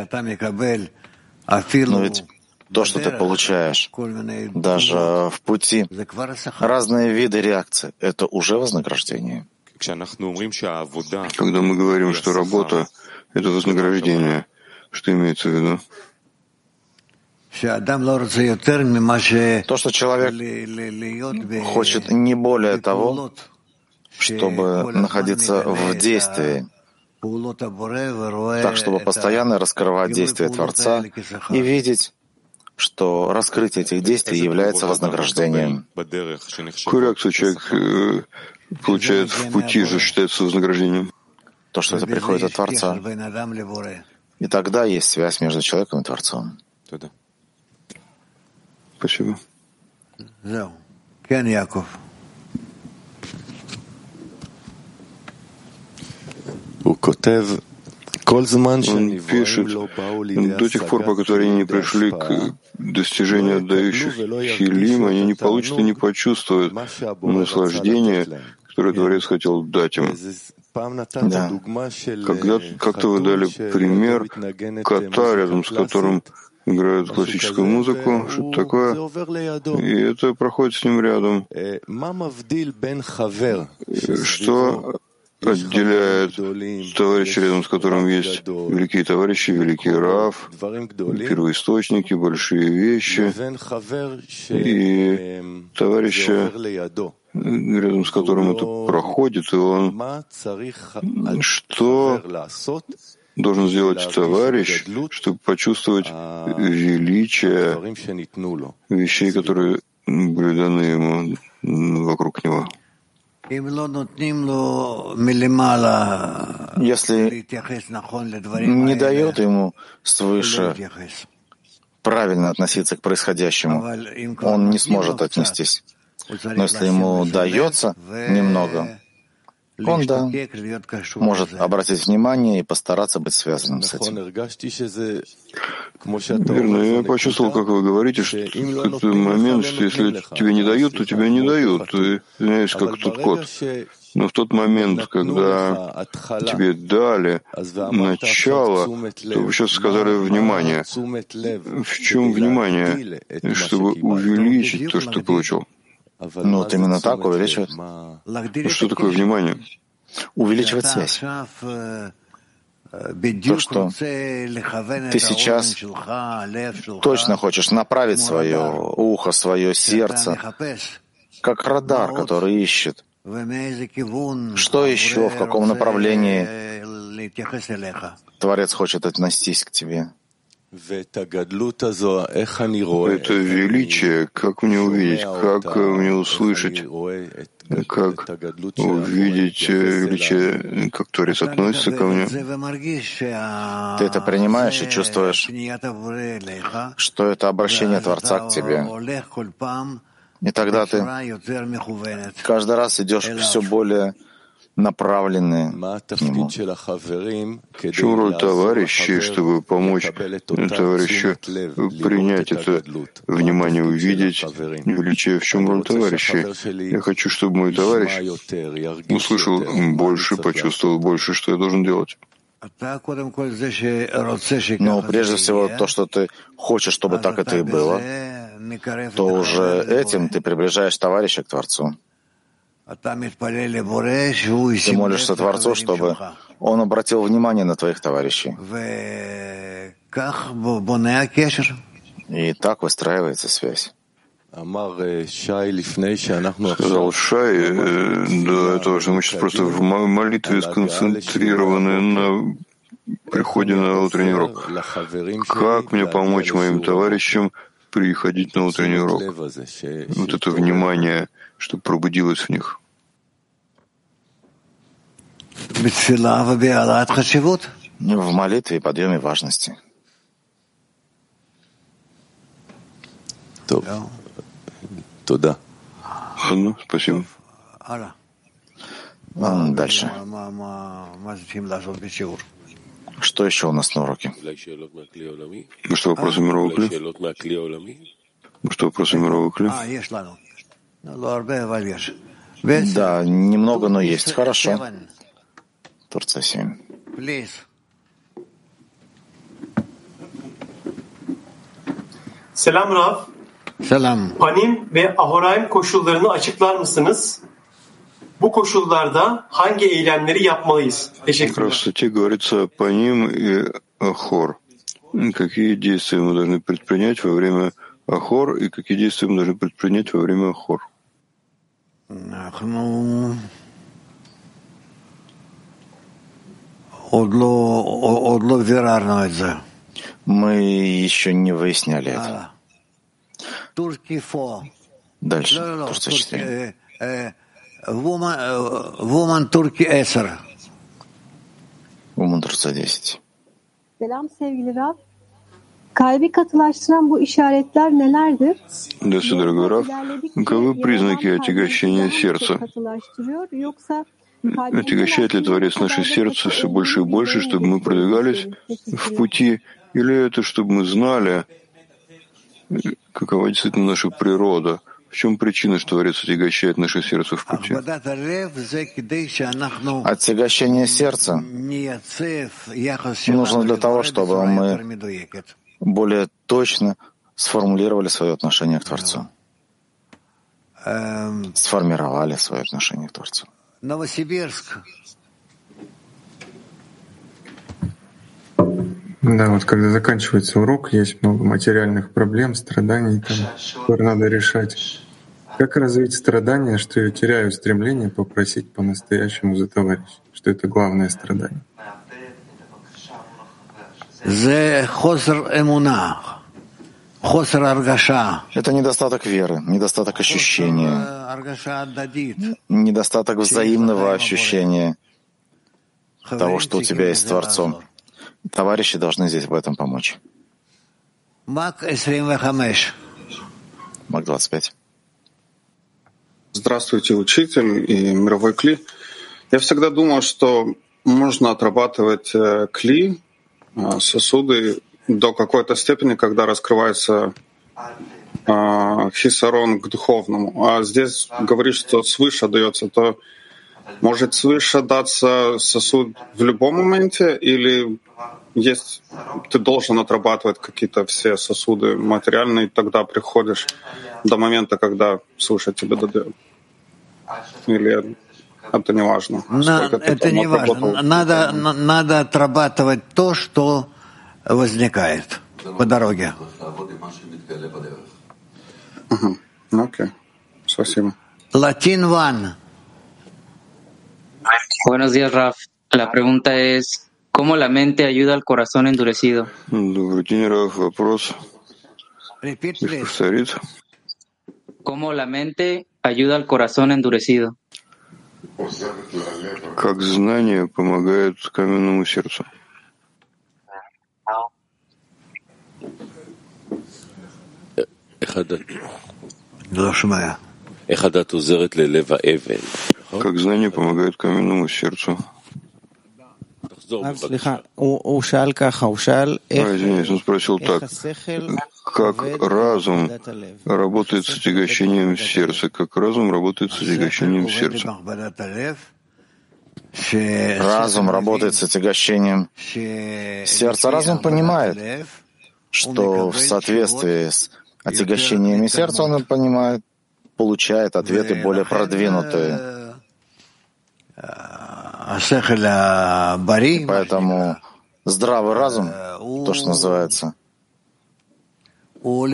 ведь то, что ты получаешь, даже в пути, разные виды реакций, это уже вознаграждение. Когда мы говорим, что работа — это вознаграждение, что имеется в виду? То, что человек хочет не более того, чтобы находиться в действии, так, чтобы постоянно раскрывать действия Творца и видеть, что раскрытие этих действий является вознаграждением. Какую реакцию человек э, получает в пути, же считается вознаграждением? То, что это приходит от Творца. И тогда есть связь между человеком и Творцом. Спасибо. Он пишет, до тех пор, пока творения не пришли к достижению отдающих хилим, они не получат и не почувствуют наслаждение, которое Творец хотел дать им. Да. Когда, как-то вы дали пример кота, рядом с которым играют классическую музыку, что-то такое, и это проходит с ним рядом. Что отделяет товарища, рядом с которым есть великие товарищи, великий Рав, первоисточники, большие вещи, и товарища, рядом с которым это проходит, и он, что должен сделать товарищ, чтобы почувствовать величие вещей, которые были даны ему вокруг него. Если не дает ему свыше правильно относиться к происходящему, он не сможет отнестись. Но если ему дается немного, он, да, может обратить внимание и постараться быть связанным с этим. Верно, я почувствовал, как вы говорите, что это момент, что если тебе не дают, то тебя не дают. Ты знаешь, как тот кот. Но в тот момент, когда тебе дали начало, то вы сейчас сказали «внимание». В чем внимание? Чтобы увеличить то, что ты получил. Ну, вот именно так увеличивает. Что такое внимание? Увеличивать связь. То, что ты сейчас точно хочешь направить свое ухо, свое сердце, как радар, который ищет. Что еще, в каком направлении Творец хочет отнестись к тебе? Это величие, как мне увидеть, как мне услышать, как увидеть величие, как Творец относится ко мне. Ты это принимаешь и чувствуешь, что это обращение Творца к тебе. И тогда ты каждый раз идешь все более направленные к нему. В чем роль товарищей, чтобы помочь товарищу принять это внимание, увидеть величие? В чем роль товарищей? Я хочу, чтобы мой товарищ услышал больше, почувствовал больше, что я должен делать. Но прежде всего то, что ты хочешь, чтобы так это и было, то уже этим ты приближаешь товарища к Творцу. Ты молишься Творцу, чтобы Он обратил внимание на твоих товарищей. И так выстраивается связь. Сказал Шай до этого, что мы сейчас просто в молитве сконцентрированы на приходе на утренний урок. Как мне помочь моим товарищам приходить на утренний урок? Вот это внимание, чтобы пробудилось в них. В молитве и подъеме важности. Туда. Ладно, спасибо. Дальше. Что еще у нас на уроке? Ну что, вопросы мирового кли? Ну что, вопросы мирового кли? Да, немного, но есть. Хорошо. Турция семь. Selam Rav. Selam. Panim ve Ahoraim koşullarını açıklar mısınız? Bu koşullarda hangi eylemleri yapmalıyız? Teşekkürler. В статье говорится по ним и Ахор. Какие действия мы должны предпринять во время Ахор и какие действия мы должны предпринять во время Ахор? Мы еще не выясняли это. Дальше. Турция четыре. Woman Turkey десять. Woman Турция десять. Selam sevgili Rab. Kalbi katılaştıran bu işaretler nelerdir? Здравствуйте, дорогой Рав. Каковы признаки отягощения сердца? Отягощает ли Творец наше сердце все больше и больше, чтобы мы продвигались в пути? Или это, чтобы мы знали, какова действительно наша природа? В чем причина, что Творец отягощает наше сердце в пути? Отягощение сердца нужно для того, чтобы мы более точно сформулировали свое отношение к Творцу. Сформировали свое отношение к Творцу. Да, вот когда заканчивается урок, есть много материальных проблем, страданий, там, которые надо решать. Как развить страдания, что я теряю стремление попросить по-настоящему за товарища, что это главное страдание? Это недостаток веры, недостаток ощущения, недостаток взаимного ощущения того, что у тебя есть с Творцом. Товарищи должны здесь в этом помочь. Мак двадцать пять. Здравствуйте, учитель и мировой кли. Я всегда думал, что можно отрабатывать кли, сосуды до какой-то степени, когда раскрывается хисарон к духовному. А здесь говорит, что свыше дается, то может свыше даться сосуд в любом моменте, или есть ты должен отрабатывать какие-то все сосуды материальные, тогда приходишь до момента, когда свыше тебе дадут? Или это не важно? На, это не важно. Надо, надо отрабатывать то, что возникает по дороге. Угу. Окей. Спасибо. Латин Ван. Buenos días, Raf. La pregunta es, ¿cómo la mente ayuda al corazón endurecido? Добрый день, Раф. Вопрос. Повторит. ¿Cómo la mente ayuda al corazón endurecido? Как знание помогает каменному сердцу? Как знание помогает каменному сердцу? А, извиняюсь, он спросил так. Как разум работает с отягощением сердца? Как разум работает с отягощением сердца? Разум работает с отягощением сердца. Разум понимает, что в соответствии с отягощениями сердца он понимает, получает ответы более продвинутые. Поэтому здравый разум, то, что называется, он,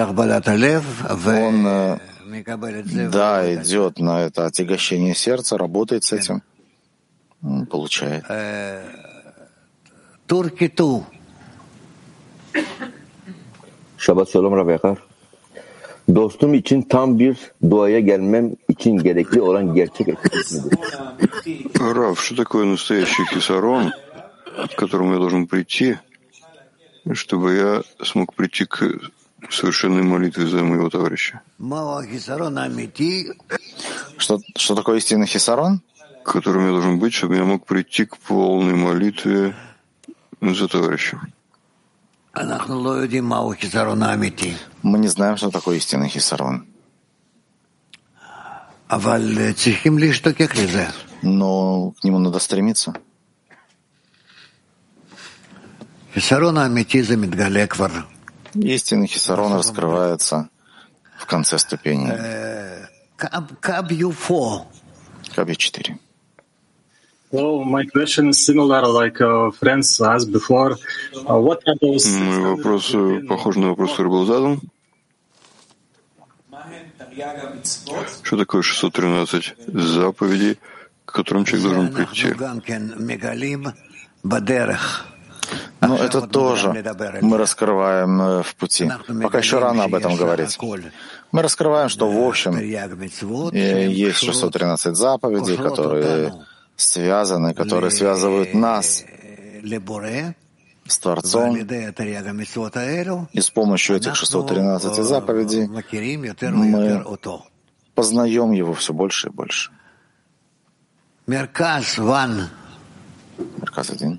да, идет на это отягощение сердца, работает с этим, получает. Şabat Shalom Rav Yakar. Dostum için tam bir duaya gelmem için gerekli olan gerçek eksiklik nedir? Рав, что такое настоящий хисарон, к которому я должен прийти, чтобы я смог прийти к совершенной молитве за моего товарища? Что, что такое истинный хисарон? Которым я должен быть, чтобы я мог прийти к полной молитве за товарища. Мы не знаем, что такое истинный хисарон. Но к нему надо стремиться. Истинный хисарон раскрывается в конце ступени. Кабью четыре. So my question is similar, like uh, friends asked before. Uh, what are those? Мой вопрос похож на вопрос, который был задан. Что такое шестьсот тринадцать заповедей, к которым человек должен прийти? Ну, это тоже мы раскрываем в пути. Пока еще рано об этом говорить. Мы раскрываем, что в общем есть шестьсот тринадцать заповедей, которые связаны, которые связывают нас с Творцом. И с помощью этих шестисот тринадцати заповедей мы познаем Его все больше и больше. Мерказ один.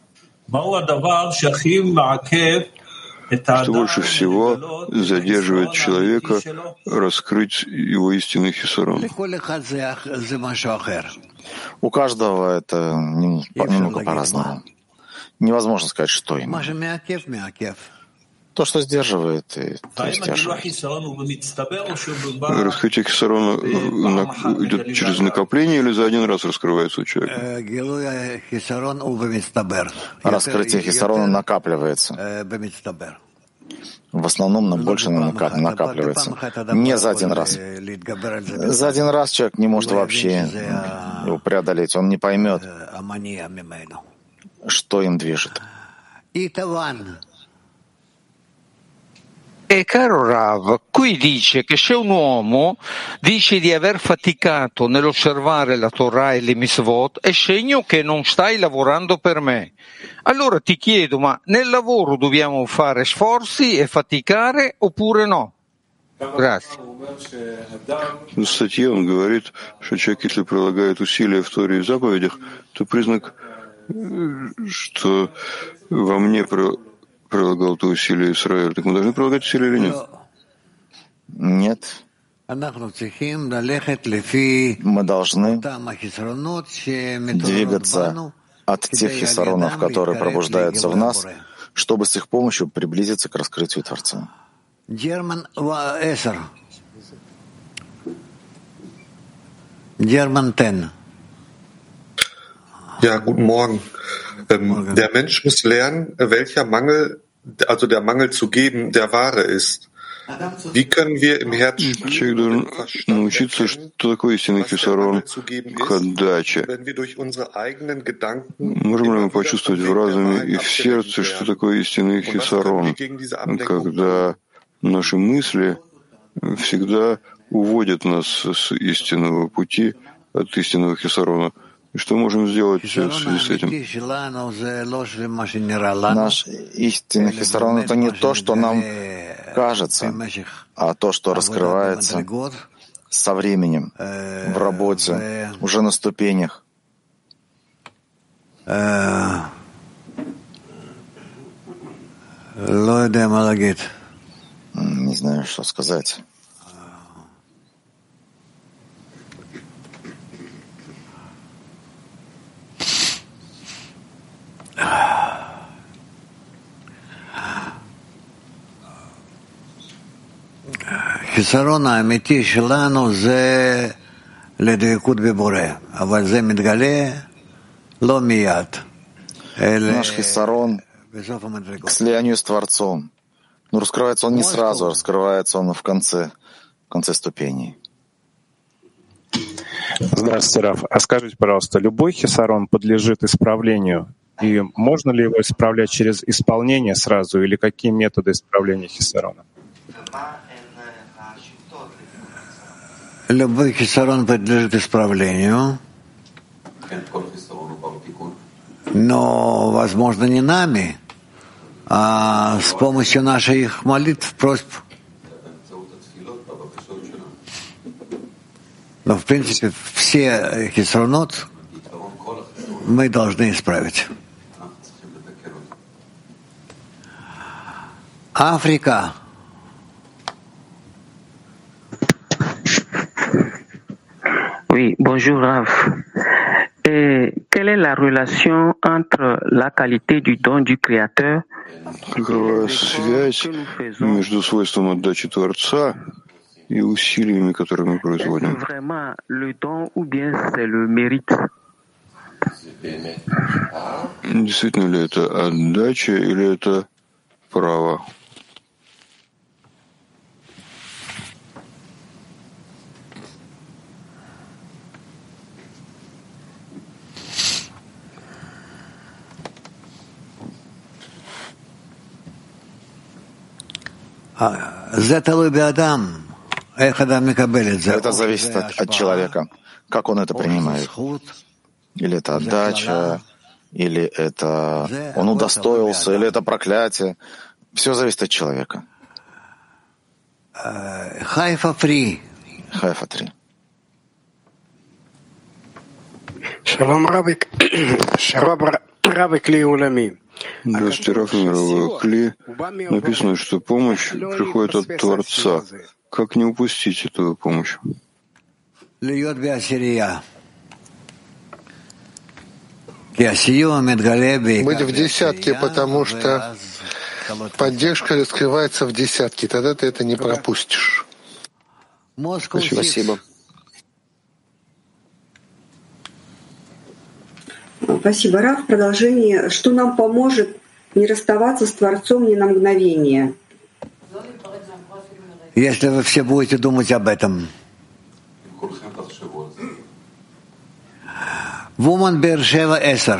Что больше всего задерживает человека раскрыть его истинный хисарон? У каждого это немного по-разному. Невозможно сказать, что именно. То, что сдерживает, и то сдерживает. Раскрытие хисарона идет через накопление или за один раз раскрывается у человека? Раскрытие хисарона накапливается. В основном на больше накапливается. Не за один раз. За один раз человек не может вообще его преодолеть. Он не поймет, что им движет. E caro Rav, qui dice che se un uomo dice di aver faticato nell'osservare la Torah e le mitzvot, è segno che non stai lavorando per me. Allora ti chiedo, ma nel lavoro dobbiamo fare sforzi e faticare oppure no? Grazie. В статье он говорит, что человек, если прилагает усилия в Торе и заповедях, то признак, что во мне прилагал то усилие Израиль. Так мы должны прилагать усилия или нет? Нет. Мы должны двигаться от тех хисаронов, которые пробуждаются в нас, чтобы с их помощью приблизиться к раскрытию Творца. Герман Ten. Ja, guten Morgen. Ähm, der Mensch muss lernen, welcher Mangel, also der Mangel zu geben, der wahre ist. Wie können wir im Herzen Человек должен научиться, что такое истинный хисарон к отдаче. Можем ли мы почувствовать в разуме и в сердце, что такое истинный хисарон, когда наши мысли всегда уводят нас с истинного пути, от истинного хисарона? И что можем сделать в связи с этим? Наш истинный хисарон — это не то, что нам кажется, а то, что раскрывается со временем, в работе, уже на ступенях. Не знаю, что сказать. החיסרון האמיתי שלנו זה לדבקות בבורא, אבל זה מתגלה לא מיד. Наш хисарон к слиянию с Творцом. Но раскрывается он не сразу, раскрывается он в конце, в конце ступеней. Здравствуйте, Раф. А скажите, пожалуйста, любой хисарон подлежит исправлению? И можно ли его исправлять через исполнение сразу, или какие методы исправления хисарона? Любой хисарон подлежит исправлению, но, возможно, не нами, а с помощью наших молитв, просьб. Но, в принципе, все хисаронот мы должны исправить. Африка. Oui, bonjour Rav. Et quelle est la relation entre la qualité du don du Créateur Какова связь между свойством отдачи Творца и усилиями, которые мы производим? vraiment le don ou bien c'est le mérite? Действительно ли это отдача или это право? Это зависит от, от человека, как он это принимает. Или это отдача, или это он удостоился, или это проклятие. Все зависит от человека. Хайфа три. Хайфа три. Шалом, Равик. Равик Ли Улами. Здравствуйте, Раф, мировой Кли. Написано, что помощь приходит от Творца. Как не упустить эту помощь? Быть в десятке, потому что Поддержка раскрывается в десятки, тогда ты это не пропустишь. Спасибо. Спасибо, Рав. Продолжение. Что нам поможет не расставаться с Творцом ни на мгновение? Если вы все будете думать об этом. Woman Бершева Эсер.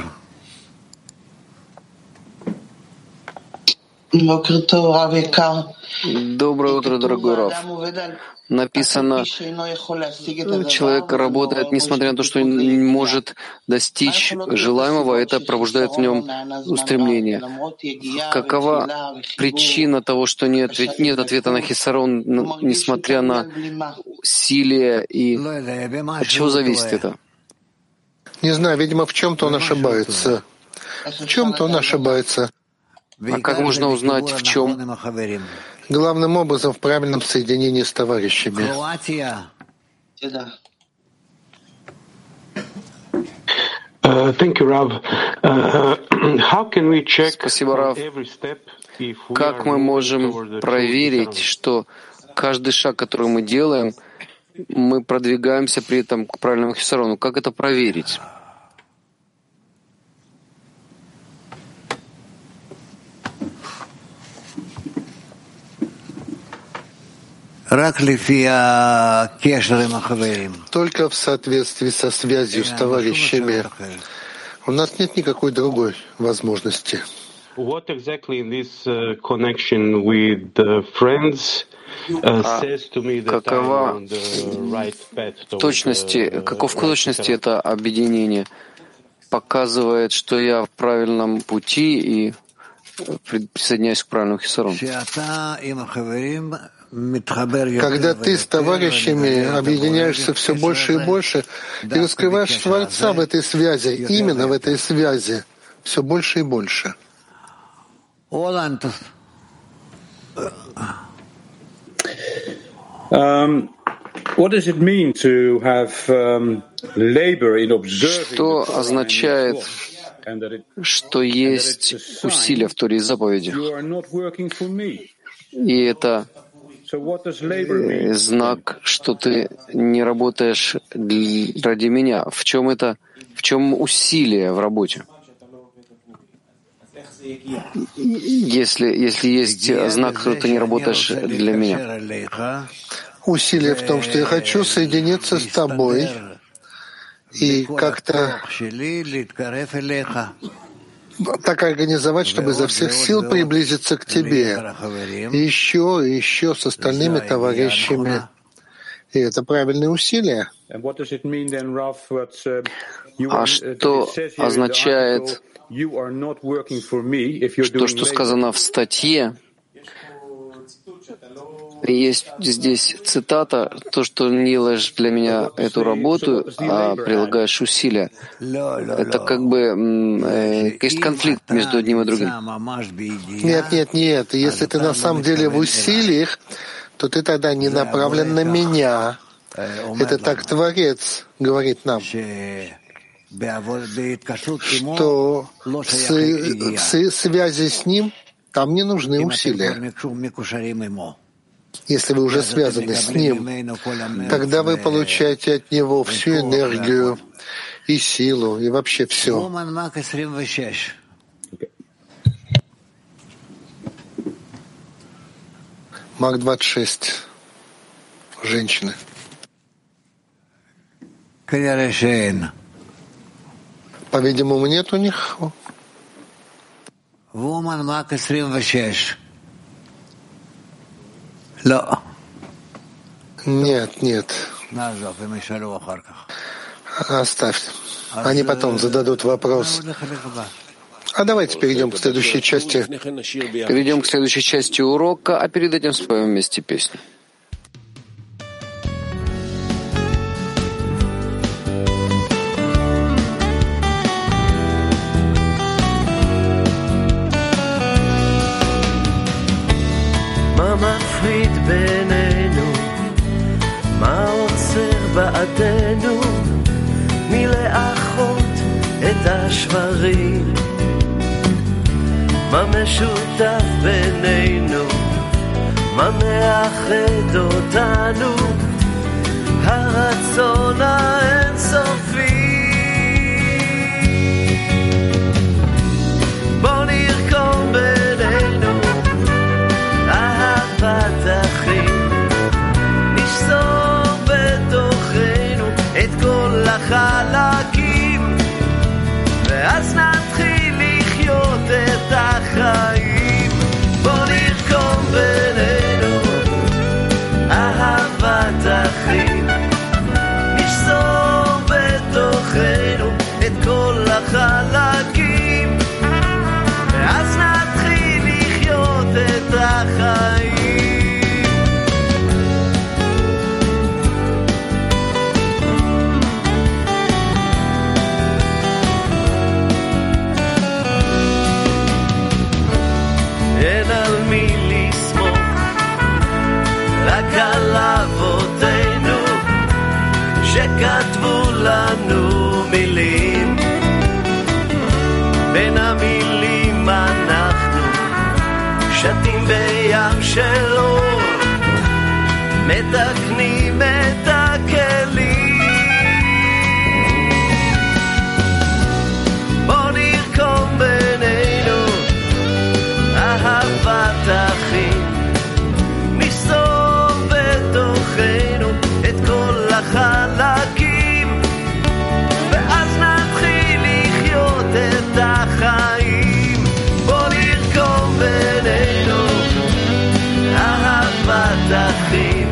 Доброе утро, дорогой Рав. Написано, человек работает, несмотря на то, что он не может достичь желаемого, это пробуждает в нем устремление. Какова причина того, что нет, ведь нет ответа на хисарон, несмотря на усилия, и от чего зависит это? Не знаю, видимо, в чем-то он ошибается. В чем-то он ошибается. А как можно узнать, в чем? Главным образом, в правильном соединении с товарищами. Спасибо, Рав. Как мы можем проверить, что каждый шаг, который мы делаем, мы продвигаемся при этом к правильному хисарону? Как это проверить? Только в соответствии со связью с товарищами. У нас нет никакой другой возможности. What exactly in this uh, connection with the friends uh, says to me that I'm on the right path towards точности, каков в точности это объединение показывает, что я в правильном пути и присоединяюсь к правильному хисарону? Когда ты с товарищами объединяешься все больше и больше, ты раскрываешь Творца в этой связи, именно в этой связи, все больше и больше. Um, what does it mean to have um, labor in observing? Что означает, что есть усилия в Торе и заповедях? И это знак, что ты не работаешь ради меня. В чем это? В чем усилие в работе? Если, если есть знак, что ты не работаешь для меня. Усилие в том, что я хочу соединиться с тобой и как-то так организовать, чтобы изо всех сил приблизиться к тебе. И еще, и еще с остальными товарищами. И это правильные усилия. А что означает то, что сказано в статье? Есть здесь цитата, то, что не делаешь для меня эту работу, а прилагаешь усилия. Это как бы э, есть конфликт между одним и другим. Нет, нет, нет. Если ты на самом деле в усилиях, то ты тогда не направлен на меня. Это так Творец говорит нам, что в связи с Ним там не нужны усилия. Если вы уже связаны с Ним, тогда вы получаете от Него всю энергию и силу, и вообще все. Мак двадцать шесть. Женщины. По-видимому, нет у них. Нет, нет. Оставь. Они потом зададут вопрос. А давайте перейдем к следующей части. Перейдем к следующей части урока, а перед этим споем вместе песню. מפריד בינינו, מה עוצר בעדנו מלאחות את השברים? מה משותף בינינו, מה מאחד אותנו, הרצון האינסופי. בוא נרקום בינינו אהבת אחים, נשזור בתוכנו את כל החלקים, ואז נתחיל לחיות את החיים. בוא נרקום בינינו אהבת אחים, נשזור בתוכנו את כל החלקים, ואז נתחיל לחיות את החיים. אין על מי לסמוך, רק על אבותינו שכתבו לנו מילים. בין המילים אנחנו שתים בים של אור, מתקנים את הכלים. בוא נרקום בינינו אהבת אחים, נשזור בתוכנו את כל החלקים, ואז נתחיל לחיות את החיים. בוא נרקום בינינו אהבת אחים,